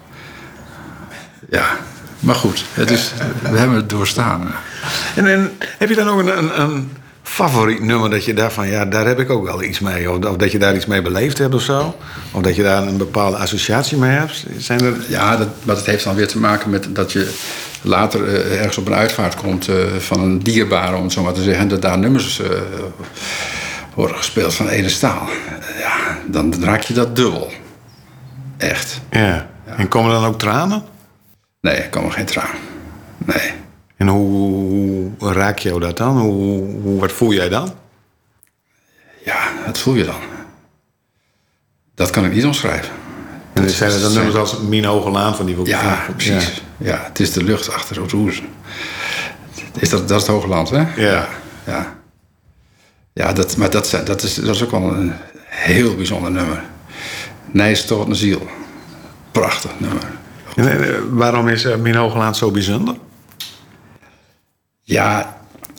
Ja, maar goed, het is, we hebben het doorstaan. En, en heb je dan ook een, een, een favoriet nummer dat je daarvan, ja, daar heb ik ook wel iets mee. Of, of dat je daar iets mee beleefd hebt of zo? Of dat je daar een bepaalde associatie mee hebt? Zijn er... Ja, dat, maar dat heeft dan weer te maken met dat je later uh, ergens op een uitvaart komt uh, van een dierbare, om het zo maar te zeggen, en dat daar nummers uh, worden gespeeld van Ede Staal. Ja, dan, dan raak je dat dubbel. Echt. Ja. Ja. En komen dan ook tranen? Nee, er komen geen tranen. Nee. En hoe, hoe raak je dat dan? Hoe, hoe, wat voel jij dan? Ja, wat voel je dan? Dat kan ik niet omschrijven. En zijn er dan nummers als Mien Hogelaan van die... Ja, ja, precies. Ja. Ja, het is de lucht achter het roer. Is dat, dat is het Hoogland, hè? Ja. Ja, ja dat, maar dat, dat, is, dat is ook wel een heel bijzonder nummer. Nijs tot een ziel. Prachtig nummer. En, uh, waarom is uh, Mien Hogelaan zo bijzonder? Ja,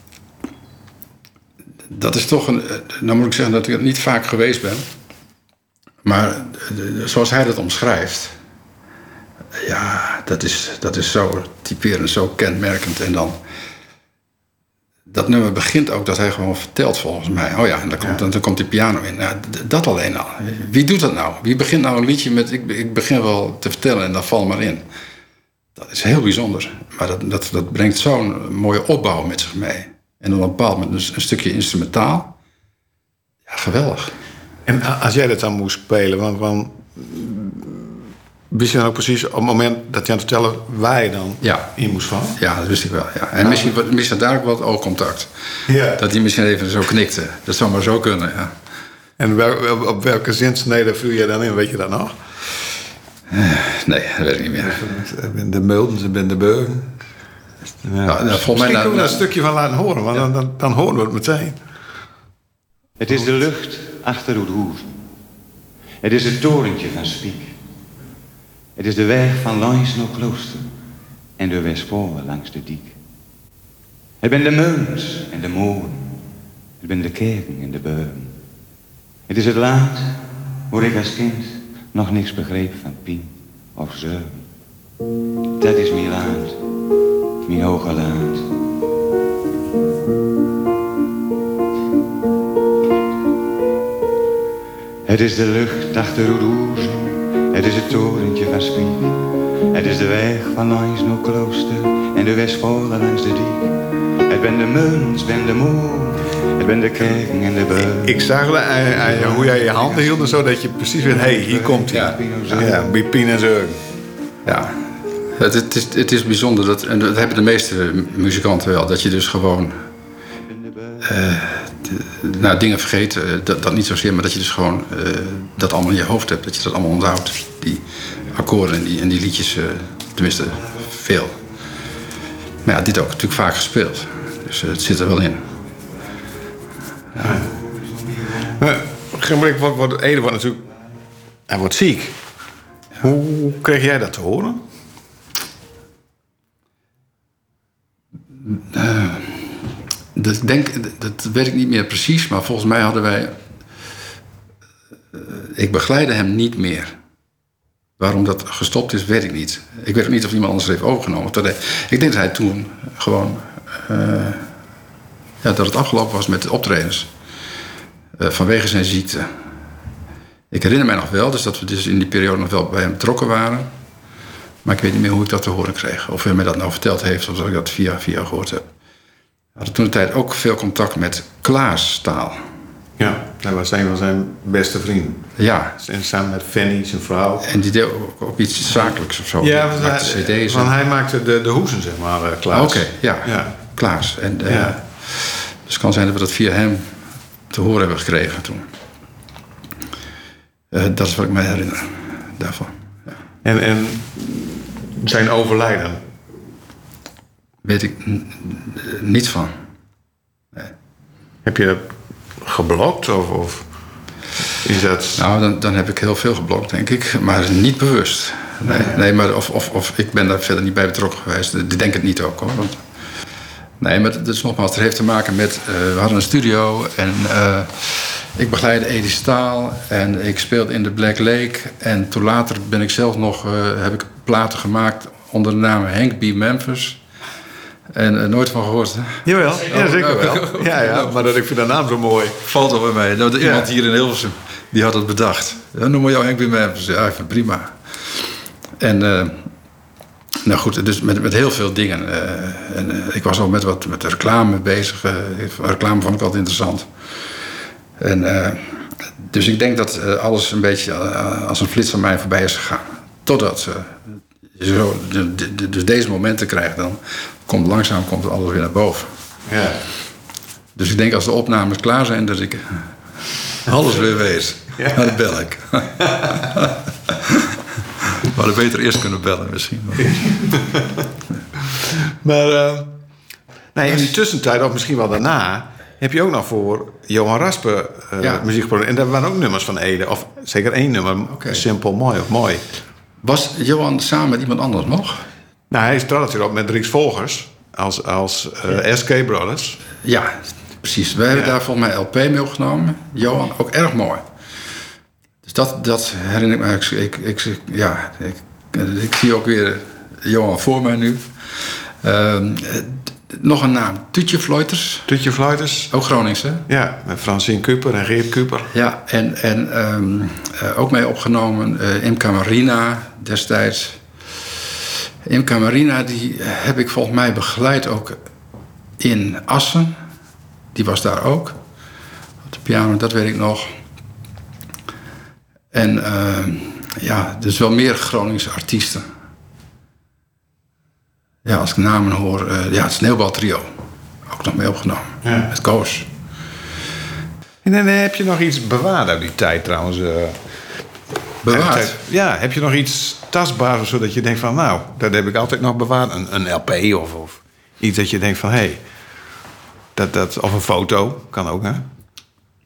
dat is toch een... Nou moet ik zeggen dat ik er niet vaak geweest ben. Maar zoals hij dat omschrijft... Ja, dat is, dat is zo typerend, zo kenmerkend. En dan... Dat nummer begint ook dat hij gewoon vertelt volgens mij. Oh ja, en dan komt, ja. dan komt die piano in. Nou, dat alleen al. Wie doet dat nou? Wie begint nou een liedje met... Ik, ik begin wel te vertellen en dan val maar in. Dat is heel bijzonder. Maar dat, dat, dat brengt zo'n mooie opbouw met zich mee. En op een bepaald moment een, een stukje instrumentaal. Ja, geweldig. En als jij dat dan moest spelen... Want, want, wist je dan ook precies op het moment dat je aan het vertellen... waar je dan ja. in moest vallen? Ja, dat wist ik wel. Ja. En nou, misschien, misschien daar ook wat oogcontact. Ja. Dat hij misschien even zo knikte. Dat zou maar zo kunnen, ja. En wel, op welke zinsnede viel je dan in? Weet je dat nog? Nee, dat weet ik niet meer. De Mulden, ze ben de Beugen. Ja. Nou, nou, Misschien kunnen we daar een stukje van laten horen, want ja. dan, dan, dan horen we het meteen. Het is de lucht achter het hoes. Het is het torentje van Spiek. Het is de weg van Langs naar Klooster en de Westpolen langs de diek. Het ben de meulens en de molen. Het ben de kerken en de beuren. Het is het land waar ik als kind nog niks begreep van pien of zeuren. Dat is mijn land, mijn hoge land. Het is de lucht achter de rozen, het is het torentje van Spiek. Het is de weg van Langs naar Klooster en de Westpolen langs de diek. Het ben de meulens, ben de molen, het ben de kerken en de beuren. Ik zag uh, uh, uh, hoe jij je handen hield, zodat je precies weet, hé, hey, hier komt hij. Ja, ja, bij Pien en Zeug. Ja, het, het, is, het is bijzonder, dat, en dat hebben de meeste muzikanten wel, dat je dus gewoon uh, de, nou, dingen vergeet, uh, dat, dat niet zozeer, maar dat je dus gewoon uh, dat allemaal in je hoofd hebt, dat je dat allemaal onthoudt. Die akkoorden en die, en die liedjes, uh, tenminste veel. Maar ja, dit ook natuurlijk vaak gespeeld, dus uh, het zit er wel in. Ja. Maar Gemmerik wordt, wordt, Ede wordt natuurlijk, hij wordt ziek. Ja. Hoe kreeg jij dat te horen? Uh, dat, denk, dat weet ik niet meer precies, maar volgens mij hadden wij... Uh, ik begeleidde hem niet meer. Waarom dat gestopt is, weet ik niet. Ik weet ook niet of iemand anders het heeft overgenomen. Ik denk dat hij toen gewoon... Uh, ja, dat het afgelopen was met de optredens. Uh, vanwege zijn ziekte. Ik herinner mij nog wel, dus dat we dus in die periode nog wel bij hem betrokken waren. Maar ik weet niet meer hoe ik dat te horen kreeg. Of hij mij dat nou verteld heeft, of dat ik dat via via gehoord heb. We hadden toen de tijd ook veel contact met Klaas Staal. Ja, dat was een van zijn beste vrienden. Ja. En samen met Fanny, zijn vrouw. En die deed ook, ook iets zakelijks of zo. Ja, hij maakte hij, cd's. Want hij maakte de, de hoezen, zeg maar, uh, Klaas. Oké, okay, ja. ja. Klaas. En, uh, ja. Dus het kan zijn dat we dat via hem te horen hebben gekregen toen. Uh, dat is wat ik me herinner daarvan. Ja. En, en zijn overlijden? Weet ik n- niets van. Nee. Heb je dat geblokt of, of is dat... Nou, dan, dan heb ik heel veel geblokt, denk ik. Maar niet bewust. Nee, nee maar of, of, of ik ben daar verder niet bij betrokken geweest. Ik denk het niet ook, hoor. Want, nee, maar dat is nogmaals, het heeft te maken met... Uh, we hadden een studio en uh, ik begeleidde Ede Staal. En ik speelde in de Black Lake. En toen later ben ik zelf nog... Uh, heb ik platen gemaakt onder de naam Hank B. Memphis. En uh, nooit van gehoord. Jawel, ja, zeker wel. Ja, ja, maar dat, ik vind de naam zo mooi. Valt al bij mij. Nou, iemand ja. hier in Hilversum, die had het bedacht. Ja, noem maar jou Hank B. Memphis. Ja, ik vind het prima. En, uh, nou goed, dus met, met heel veel dingen. Uh, en, uh, ik was al met wat met reclame bezig. Uh, reclame vond ik altijd interessant. En, uh, dus ik denk dat uh, alles een beetje uh, als een flits van mij voorbij is gegaan. Totdat uh, je zo de, de, dus deze momenten krijgt, dan komt langzaam komt alles weer naar boven. Ja. Dus ik denk als de opnames klaar zijn, dat ik alles weer weet. Ja. Nou, dan bel ik. We hadden beter eerst kunnen bellen misschien. Maar uh, nee, in die tussentijd, of misschien wel daarna... heb je ook nog voor Johan Raspe uh, ja. muziek geproduceerd. En daar waren ook nummers van Ede. Of zeker één nummer, okay. Simpel Mooi of Mooi. Was Johan samen met iemand anders nog? Nou, hij trad natuurlijk op met Dries Volgers. Als, als uh, ja. S K Brothers. Ja, precies. We hebben ja. daar volgens mij L P mee opgenomen. Johan, ook erg mooi. Dus dat, dat herinner ik me. Ik, ik, ik, ja, ik, ik zie ook weer Johan voor mij nu. Uh, nog een naam. Tuutje Fluiters. Tuutje Fluiters. Ook Gronings, hè? Ja, met Francine Kuper en Geert Kuper. Ja, en, en um, uh, ook mee opgenomen uh, Imca Marina destijds. Imca Marina, die heb ik volgens mij begeleid ook in Assen. Die was daar ook. Op de piano, dat weet ik nog. En uh, ja, dus wel meer Groningse artiesten. Ja, als ik namen hoor... Uh, ja, het Sneeuwbaltrio. Ook nog mee opgenomen. Ja. Met Koos. En dan heb je nog iets bewaard uit die tijd trouwens. Uh, bewaard? Tijd, ja, heb je nog iets tastbaars of zo dat je denkt van... nou, dat heb ik altijd nog bewaard. Een, een L P of, of iets dat je denkt van... hé, hey, dat, dat, of een foto, kan ook, hè? Of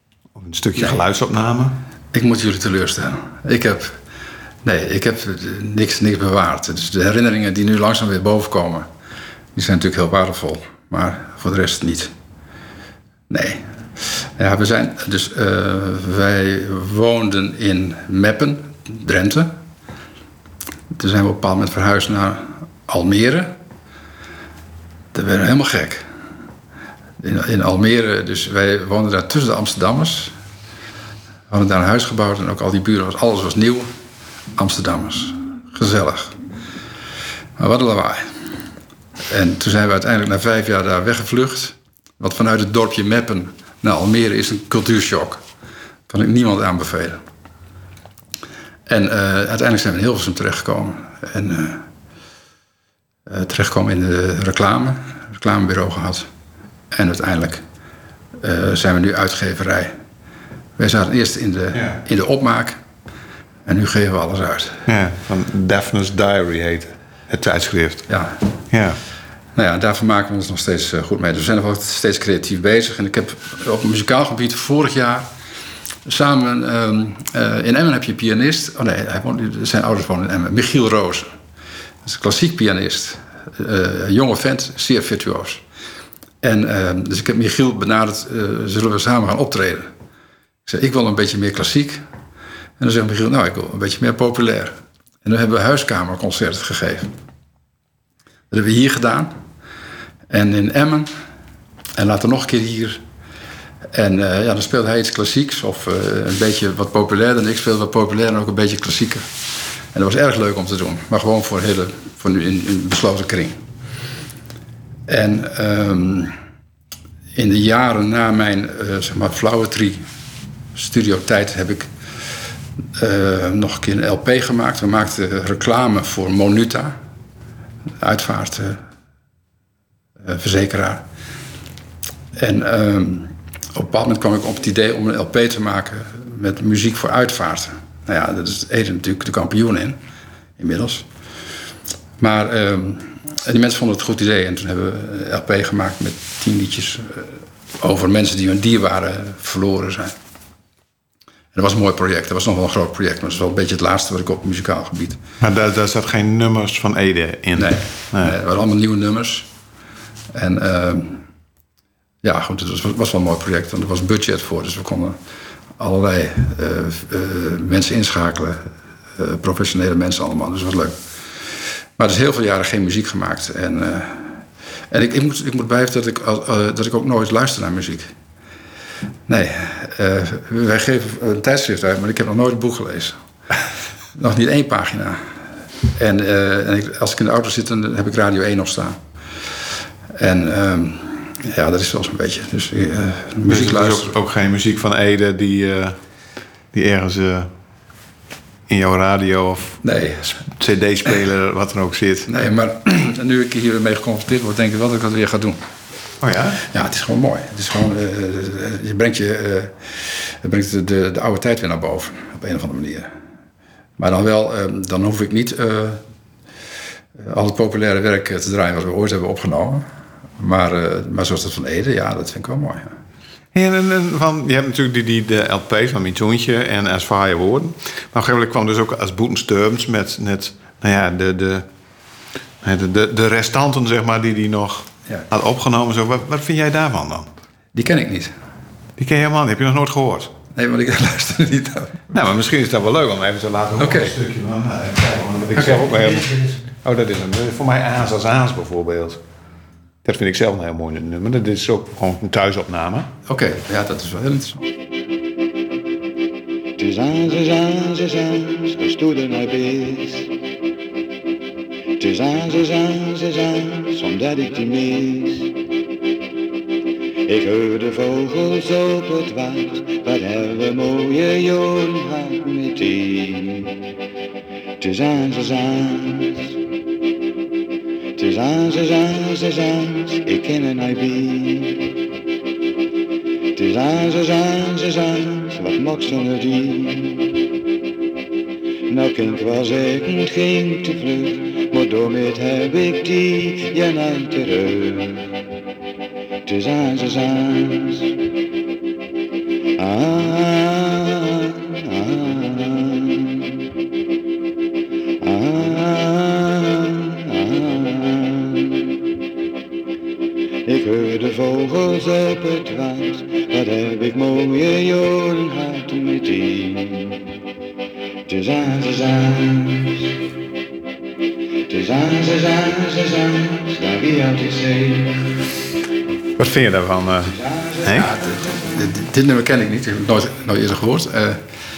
Een stukje Nee. geluidsopname. Ik moet jullie teleurstellen. Ik heb, nee, ik heb niks, niks bewaard. Dus de herinneringen die nu langzaam weer bovenkomen, die zijn natuurlijk heel waardevol. Maar voor de rest niet. Nee. Ja, we zijn, dus uh, wij woonden in Meppen, Drenthe. Toen zijn we op een bepaald moment verhuisd naar Almere. Dat werd helemaal gek. In, in Almere, dus wij woonden daar tussen de Amsterdammers. We hadden daar een huis gebouwd en ook al die buren, was, alles was nieuw. Amsterdammers. Gezellig. Maar wat een lawaai. En toen zijn we uiteindelijk na vijf jaar daar weggevlucht. Want vanuit het dorpje Meppen naar Almere is een cultuurshock. Kan ik niemand aanbevelen. En uh, uiteindelijk zijn we in Hilversum terechtgekomen. En uh, uh, terechtgekomen in de reclame. Reclamebureau gehad. En uiteindelijk uh, zijn we nu uitgeverij. Wij zaten eerst in de, ja. in de opmaak. En nu geven we alles uit. Ja, van Daphne's Diary heet het tijdschrift. Ja. Ja. Nou ja, daar vermaken we ons nog steeds goed mee. Dus we zijn nog steeds creatief bezig. En ik heb op het muzikaal gebied vorig jaar samen... Um, uh, in Emmen heb je een pianist. Oh nee, hij woont, zijn ouders wonen in Emmen. Michiel Rozen. Dat is een klassiek pianist. Uh, een jonge vent, zeer virtuoos. En uh, dus ik heb Michiel benaderd, uh, zullen we samen gaan optreden? Ik zei, ik wil een beetje meer klassiek. En dan zegt Michiel, nou, ik wil een beetje meer populair. En dan hebben we huiskamerconcerten gegeven. Dat hebben we hier gedaan. En in Emmen. En later nog een keer hier. En uh, ja, dan speelde hij iets klassieks. Of uh, een beetje wat populairder. En ik speelde wat populair en ook een beetje klassieker. En dat was erg leuk om te doen. Maar gewoon voor, hele, voor nu in, in besloten kring. En um, in de jaren na mijn uh, zeg maar flauwetrie studiotijd heb ik uh, nog een keer een L P gemaakt. We maakten reclame voor Monuta, uitvaartverzekeraar. Uh, en um, op een bepaald moment kwam ik op het idee om een L P te maken met muziek voor uitvaarten. Nou ja, dat is Ede natuurlijk de kampioen in, inmiddels. Maar um, en die mensen vonden het een goed idee. En toen hebben we een L P gemaakt met tien liedjes uh, over mensen die hun dierbaren verloren zijn. En dat was een mooi project. Dat was nog wel een groot project. Maar dat is wel een beetje het laatste wat ik op het muzikaal gebied. Maar daar, daar zat geen nummers van Ede in? Nee, nee. nee het waren allemaal nieuwe nummers. En uh, ja, goed, het was, was wel een mooi project. Want er was budget voor. Dus we konden allerlei uh, uh, mensen inschakelen. Uh, professionele mensen allemaal. Dus dat was leuk. Maar er is heel veel jaren geen muziek gemaakt. En, uh, en ik, ik, moet, ik moet bijven dat ik, uh, dat ik ook nooit luister naar muziek. Nee, uh, wij geven een tijdschrift uit, maar ik heb nog nooit een boek gelezen. Nog niet één pagina. En, uh, en ik, als ik in de auto zit, dan heb ik Radio één nog staan. En um, ja, dat is wel zo'n beetje. Dus uh, muziek dus luisteren. Ook, ook geen muziek van Ede die, uh, die ergens uh, in jouw radio of nee. C D-speler, wat er ook zit? Nee, maar nu ik hier mee geconfronteerd word, denk ik wel dat ik dat weer ga doen. Oh ja? Ja, het is gewoon mooi. Het is gewoon, uh, je brengt, je, uh, je brengt de, de, de oude tijd weer naar boven. Op een of andere manier. Maar dan wel, uh, dan hoef ik niet uh, al het populaire werk te draaien wat we ooit hebben opgenomen. Maar, uh, maar zoals dat van Ede, ja, dat vind ik wel mooi. Ja. En, en, en van, je hebt natuurlijk die, die, de L P's van Mintoontje en As Fire Woorden. Maar op een gegeven moment kwam dus ook Als Boetensturms met net, nou ja, de, de, de, de, de restanten, zeg maar, die die nog ja. had opgenomen. Zo. Wat, wat vind jij daarvan dan? Die ken ik niet. Die ken je helemaal niet? Heb je nog nooit gehoord? Nee, want ik luister er niet naar. Nou, maar misschien is dat wel leuk om even te laten horen. Okay. Een stukje van. Nou, ik okay. zelf ook wel helemaal. Oh, dat is hem. Voor mij Aans als Aans bijvoorbeeld. Dat vind ik zelf een heel mooi nummer. Dat is ook gewoon een thuisopname. Oké, okay. Ja, dat is wel heel interessant. Het is Aans, is Aans, is Aans, we stoeden naar beest. Het is Aans, is Aans, is Aans, omdat ik die mis. Ik hoor de vogels op het waard, wat hebben mooie jaren gehad met die. Het is Aans, is Aans. Het is Aans, is Aans, is Aans, ik ken een I B. Het is Aans, is Aans, is Aans, wat mag zonder die? Nou kind was ik niet ging te vlug, maar daarmee heb ik die ja naar terug. Het is Aans, is Aans. Ik hoor de vogels op het waas, wat heb ik mooie joden gehad met die. Te zaan, ze zaan, te zaan, ze zaan, ze zaan, sta wie uit de zee. Wat vind je daarvan, uh, Henk? Ja, dit, dit, dit nummer ken ik niet, dat heb ik nooit, nooit eerder gehoord. Uh,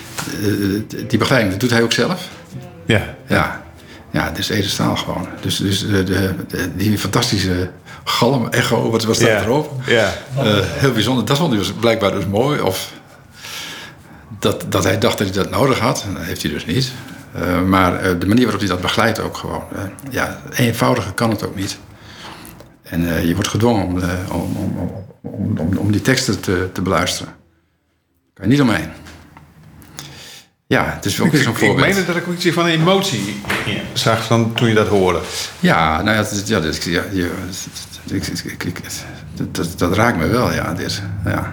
die begeleiding, dat doet hij ook zelf. Ja. Ja, ja, dit is Ede Staal gewoon. Dus, dus de, de, de, die fantastische galm, echo, wat, wat staat Ja. erop? Ja. Uh, heel bijzonder. Dat vond hij dus blijkbaar dus mooi. Of dat, dat hij dacht dat hij dat nodig had. Dat heeft hij dus niet. Uh, maar uh, de manier waarop hij dat begeleidt ook gewoon. Uh, ja, eenvoudiger kan het ook niet. En uh, je wordt gedwongen om, uh, om, om, om, om, om die teksten te, te beluisteren. Daar kan je niet omheen. Ja, het is ook Ik, weer zo'n ik voorbeeld. meende dat ik ook iets van een emotie zag van toen je dat hoorde. Ja, nou ja, het, ja, dit, ja je, ik, ik, ik, dat, dat raakt me wel, ja. Dit, ja.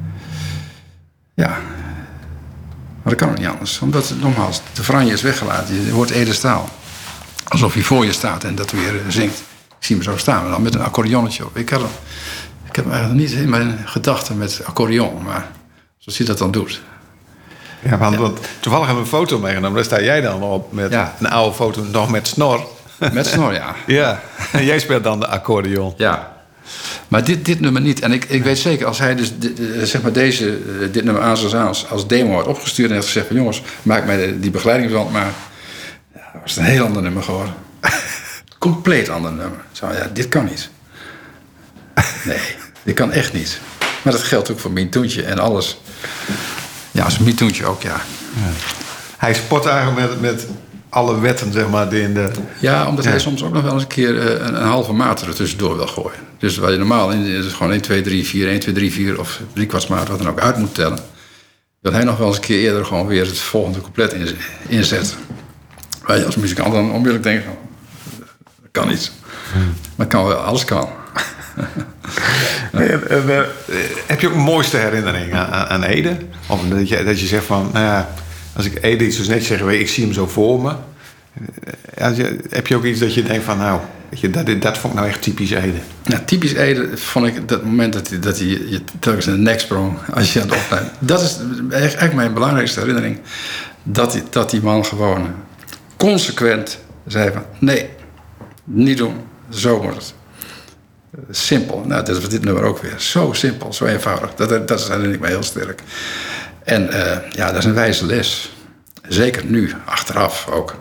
Ja. Maar dat kan ook niet anders. Omdat, nogmaals, de franje is weggelaten. Je hoort Ede Staal. Alsof hij voor je staat en dat weer zingt. Ik zie me zo staan, maar dan met een accordeonnetje op. Ik, had, ik heb hem eigenlijk niet in mijn gedachten met accordeon, maar zoals hij dat dan doet. Ja, want, want toevallig hebben we een foto meegenomen. Daar sta jij dan op met Ja. een oude foto nog met snor. Met snor, ja. Ja, en jij speelt dan de accordeon. Ja. Maar dit, dit nummer niet. En ik, ik weet zeker, als hij dus dit, uh, zeg maar deze, uh, dit nummer aan zoals als, als demo had opgestuurd en had gezegd van jongens, maak mij de, die begeleiding van, maar ja, was het een heel ander nummer geworden. Compleet ander nummer. Zo, ja, dit kan niet. Nee, dit kan echt niet. Maar dat geldt ook voor Mintoentje en alles. Ja, als Mintoentje ook, ja. Ja. Hij sport eigenlijk met, met alle wetten, zeg maar, die in de... Ja, omdat Ja. hij soms ook nog wel eens een keer uh, een, een halve maat er tussendoor wil gooien. Dus waar je normaal in is het gewoon één, twee, drie, vier, één, twee, drie, vier of driekwartsmaat, wat dan ook uit moet tellen. Dat hij nog wel eens een keer eerder gewoon weer het volgende couplet in, inzet. Waar je als muzikant dan onmiddellijk denkt, oh, dat kan niet. Maar kan wel, alles kan. Nee, uh, uh, heb je ook een mooiste herinnering aan, aan Ede? Of dat je, dat je zegt van, nou ja, als ik Ede iets zo net zeg, ik zie hem zo voor me. Uh, je, heb je ook iets dat je denkt van, nou, weet je, dat, dat vond ik nou echt typisch Ede? Ja, typisch Ede vond ik dat moment dat hij, dat hij je telkens in de nek sprong als je aan het opleiden. Dat is eigenlijk mijn belangrijkste herinnering. Dat die, dat die man gewoon consequent zei van, nee, niet doen, zo wordt het. Simpel. Nou, dat is dit nummer ook weer. Zo simpel, zo eenvoudig. Dat, dat herinner ik me heel sterk. En uh, ja, dat is een wijze les. Zeker nu, achteraf ook.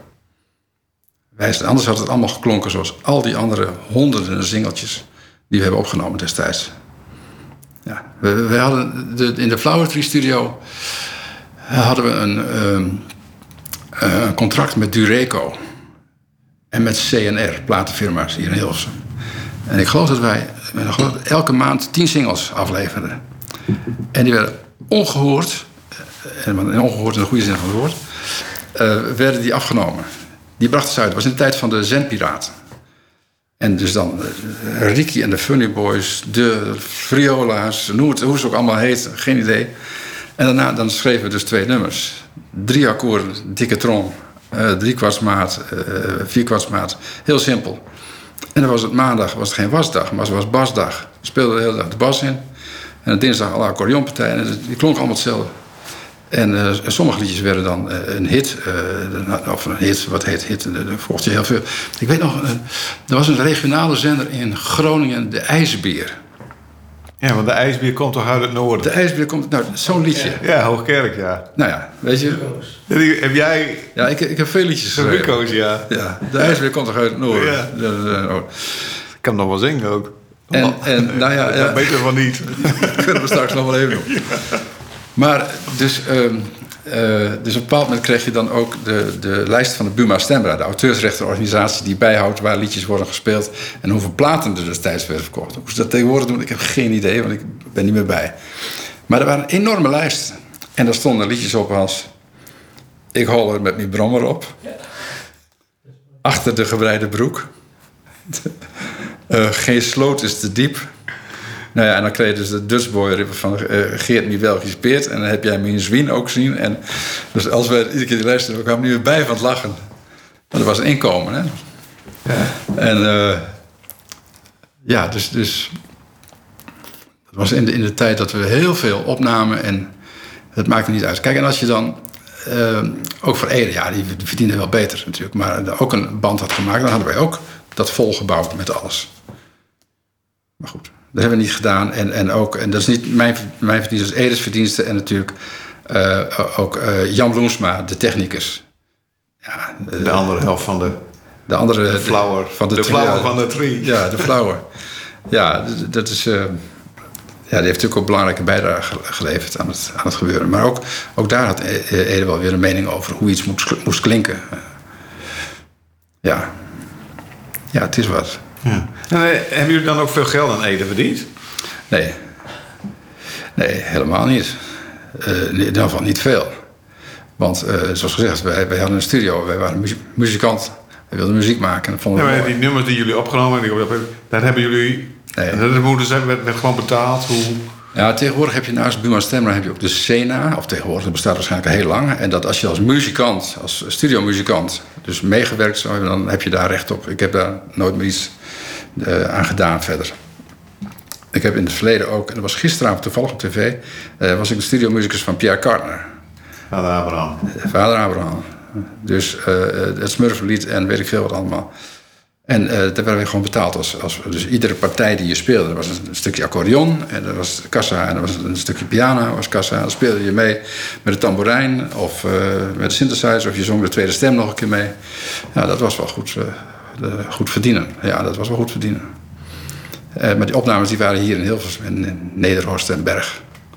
Wijze, anders had het allemaal geklonken zoals al die andere honderden zingeltjes die we hebben opgenomen destijds. Ja, we, we hadden de, in de Flower Tree Studio hadden we een, um, een contract met Dureco en met C N R, platenfirma's hier in Hilversum. En ik geloof dat wij elke maand tien singles afleverden. En die werden ongehoord, en ongehoord in de goede zin van het woord, uh, werden die afgenomen. Die brachten ze uit. Dat was in de tijd van de Zendpiraten. En dus dan uh, Ricky en de Funny Boys, de Friola's, noem het, hoe ze ook allemaal heet, geen idee. En daarna dan schreven we dus twee nummers. Drie akkoorden, dikke trom, uh, driekwartsmaat, uh, vierkwartsmaat. Heel simpel. En dan was het maandag, was het geen wasdag, maar het was basdag. We speelden de hele dag de bas in. En dan dinsdag alle accordeonpartijen. En die klonk allemaal hetzelfde. En uh, sommige liedjes werden dan uh, een hit. Uh, of een hit, wat heet hit? Daar volgde je heel veel. Ik weet nog, uh, er was een regionale zender in Groningen, de IJsbeer. Ja, want de IJsbeer komt toch uit het noorden? De IJsbeer komt, nou, zo'n liedje. Ja, ja, Hoogkerk, ja. Nou ja, weet je. Ja, die, heb jij... Ja, ik, ik heb veel liedjes De geschreven. Rico's, ja. Ja, de IJsbeer komt toch uit het noorden. Ja. De, de, de, Ik kan nog wel zingen ook. En, en nou ja, ja. Beter van niet. Dat kunnen we straks nog wel even doen. Maar dus, um, uh, dus op een bepaald moment kreeg je dan ook de, de lijst van de Buma Stemra, de auteursrechtenorganisatie die bijhoudt waar liedjes worden gespeeld en hoeveel platen er destijds werden verkocht. Hoe ze dat tegenwoordig doen, ik heb geen idee, want ik ben niet meer bij. Maar er waren een enorme lijsten. En daar stonden liedjes op als Ik hol er met mijn brommer op. Achter de gebreide broek. uh, Geen sloot is te diep. Nou ja, en dan kreeg je dus de Dutch Boy van uh, Geert niet wel gespeeld. En dan heb jij me in Zwien ook gezien. En dus als we iedere keer die luisteren, we kwamen nu weer bij van het lachen. Want er was een inkomen, hè. Ja. En uh, ja, dus... dus het was in de, in de tijd dat we heel veel opnamen en het maakte niet uit. Kijk, en als je dan, uh, ook voor Ede, ja, die verdiende wel beter natuurlijk, maar ook een band had gemaakt, dan hadden wij ook dat volgebouwd met alles. Maar goed, dat hebben we niet gedaan. En, en, ook, en dat is niet mijn, mijn verdienste, dat is Edes verdienste en natuurlijk uh, ook uh, Jan Bloemsma, de technicus. Ja, uh, de andere helft van de... De andere... De flower. Van de, de flower ja, van de tree. Ja, de flower. Ja, dat is... Uh, Ja, die heeft natuurlijk ook belangrijke bijdrage geleverd aan het, aan het gebeuren. Maar ook, ook daar had Ede wel weer een mening over hoe iets moest, moest klinken. Ja. Ja, het is wat. Ja. En, hebben jullie dan ook veel geld aan Ede verdiend? Nee. Nee, helemaal niet. Uh, in ieder geval niet veel. Want, uh, zoals gezegd, wij, wij hadden een studio. Wij waren muzie- muzikant. Wij wilden muziek maken. En vonden ja, maar die nummers die jullie opgenomen hebben, daar hebben jullie... Nee. Dat moet werd, werd gewoon betaald. Hoe... Ja, tegenwoordig heb je naast Buma Stemra heb je ook de Sena. Of tegenwoordig, dat bestaat waarschijnlijk al heel lang. En dat als je als muzikant, als studiomuzikant, dus meegewerkt zou hebben, dan heb je daar recht op. Ik heb daar nooit meer iets uh, aan gedaan verder. Ik heb in het verleden ook, en dat was gisteravond toevallig op tv, uh, was ik de studiomuzikus van Pierre Kartner. Vader Abraham. Vader Abraham. Dus uh, het Smurfenlied en weet ik veel wat allemaal. En uh, daar werden we gewoon betaald. Als, als, dus iedere partij die je speelde, er was een, een stukje accordeon, en er was kassa, en er was een stukje piano, was kassa. En dan speelde je mee met de tamboerijn of uh, met de synthesizer, of je zong de tweede stem nog een keer mee. Ja, dat was wel goed, uh, de, goed verdienen. Ja, dat was wel goed verdienen. Uh, maar die opnames die waren hier in Hilversum, in, in Nederhorst en Berg.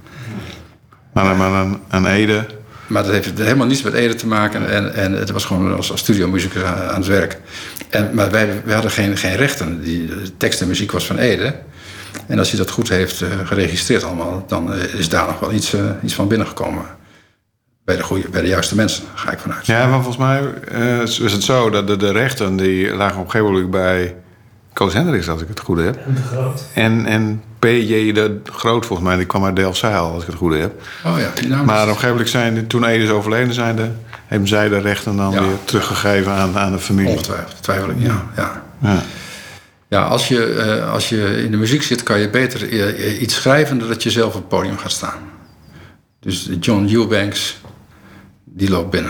Maar, maar aan, aan Ede... Maar dat heeft helemaal niets met Ede te maken. En, en het was gewoon als, als studiomuzikus aan, aan het werk. En, maar wij, wij hadden geen, geen rechten. Die de tekst en muziek was van Ede. En als hij dat goed heeft uh, geregistreerd allemaal, dan uh, is daar nog wel iets, uh, iets van binnengekomen. Bij de, goeie, bij de juiste mensen, ga ik vanuit. Ja, maar volgens mij uh, is het zo dat de, de rechten die lagen op een gegeven moment bij Koos Hendricks, als ik het goed heb. En de Groot. En, en P J de Groot, volgens mij, die kwam uit Delfzijl, als ik het goed heb. Oh ja, die naam maar is... op een gegeven moment zijn, toen Ede is overleden zijn, de, hebben zij de rechten dan ja. weer teruggegeven aan, aan de familie. Ongetwijfeld, twijfel ik, ja. ja. ja. Ja, als je, uh, als je in de muziek zit, kan je beter uh, iets schrijven dan dat je zelf op het podium gaat staan. Dus John Eubanks, die loopt binnen.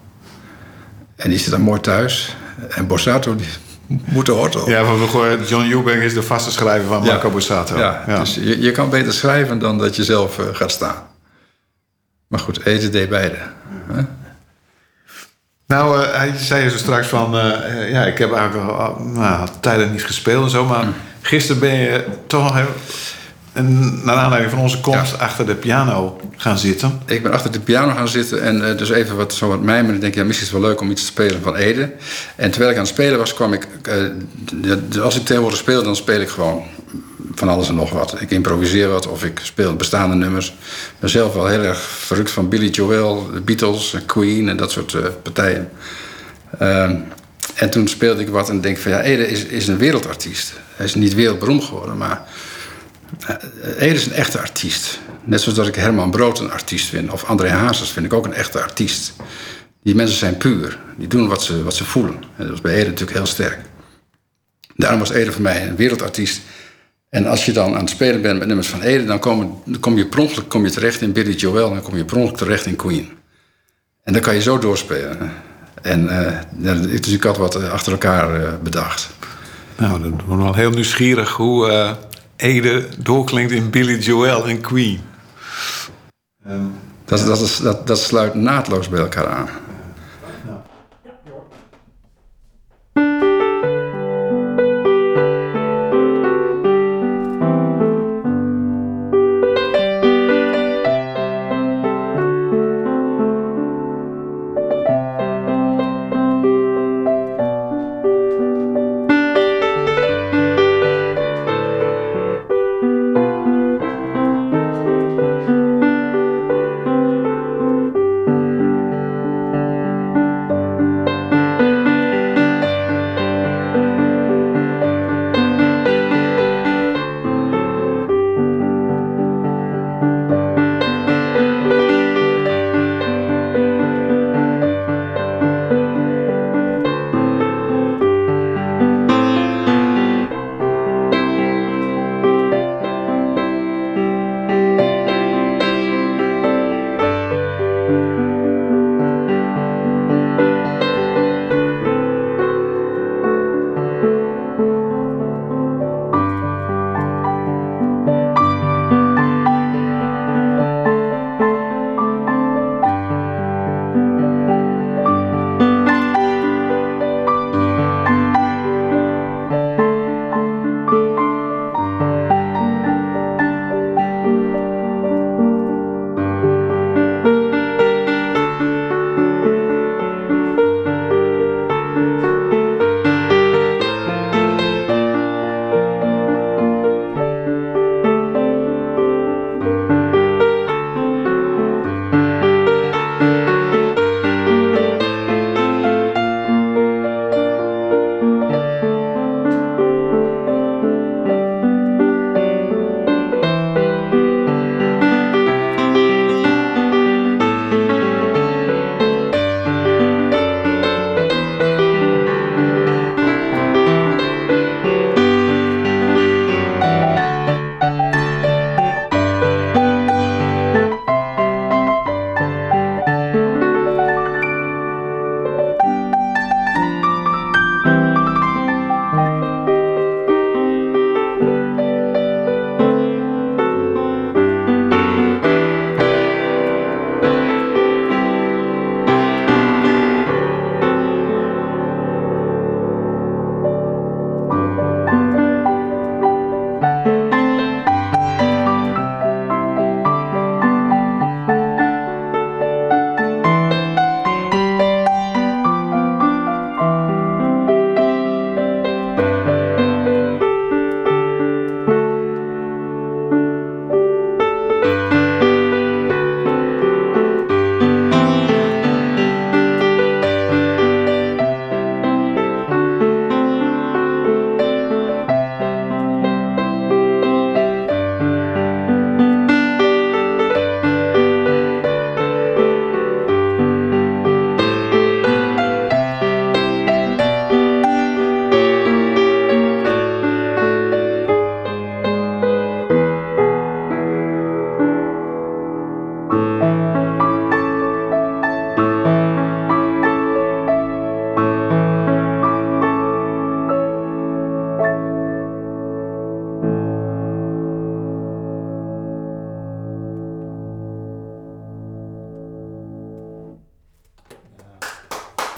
En die zit dan mooi thuis. En Borsato, die moet de hortel. Ja, van John Eubanks is de vaste schrijver van Marco ja. Borsato. Ja, ja. Dus je, je kan beter schrijven dan dat je zelf uh, gaat staan. Maar goed, Ede deed beide. Huh? Nou, uh, hij zei zo straks van... Uh, ja, ik heb eigenlijk al nou, tijden niet gespeeld en zo... maar mm. gisteren ben je toch nog... Heel, en naar aanleiding van onze komst ja. achter de piano gaan zitten. Ik ben achter de piano gaan zitten en uh, dus even wat, zo wat mijmeren. Ik denk, ja, misschien is het wel leuk om iets te spelen van Ede. En terwijl ik aan het spelen was, kwam ik... Uh, als ik tegenwoordig speel, dan speel ik gewoon van alles en nog wat. Ik improviseer wat of ik speel bestaande nummers. Ik ben zelf wel heel erg verrukt van Billy Joel, de Beatles, Queen en dat soort uh, partijen. Uh, en toen speelde ik wat en denk van, ja, Ede is, is een wereldartiest. Hij is niet wereldberoemd geworden, maar... Ede is een echte artiest. Net zoals dat ik Herman Brood een artiest vind. Of André Hazes vind ik ook een echte artiest. Die mensen zijn puur. Die doen wat ze, wat ze voelen. En dat was bij Ede natuurlijk heel sterk. Daarom was Ede voor mij een wereldartiest. En als je dan aan het spelen bent met nummers van Ede... dan kom, dan kom je per ongeluk kom je terecht in Billy Joel... en dan kom je per ongeluk terecht in Queen. En dan kan je zo doorspelen. En uh, dus ik had wat achter elkaar uh, bedacht. Nou, dat wordt wel heel nieuwsgierig hoe... Uh... Ede doorklinkt in Billy Joel en Queen. Um, dat, ja. dat, is, dat, dat sluit naadloos bij elkaar aan. Ja.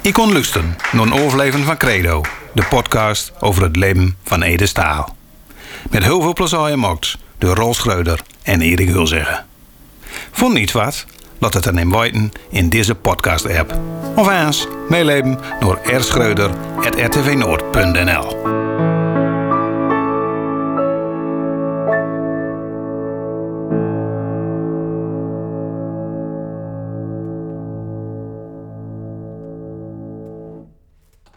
Ik kon luisteren naar een overleven van Credo, de podcast over het leven van Ede Staal. Met heel veel plezier gemaakt door Rolf Schreuder en Erik Hulzeggen. Vond niet wat? Laat het dan in weten in deze podcast-app. Of eens meeleven door r schreuder at r t v noord punt n l.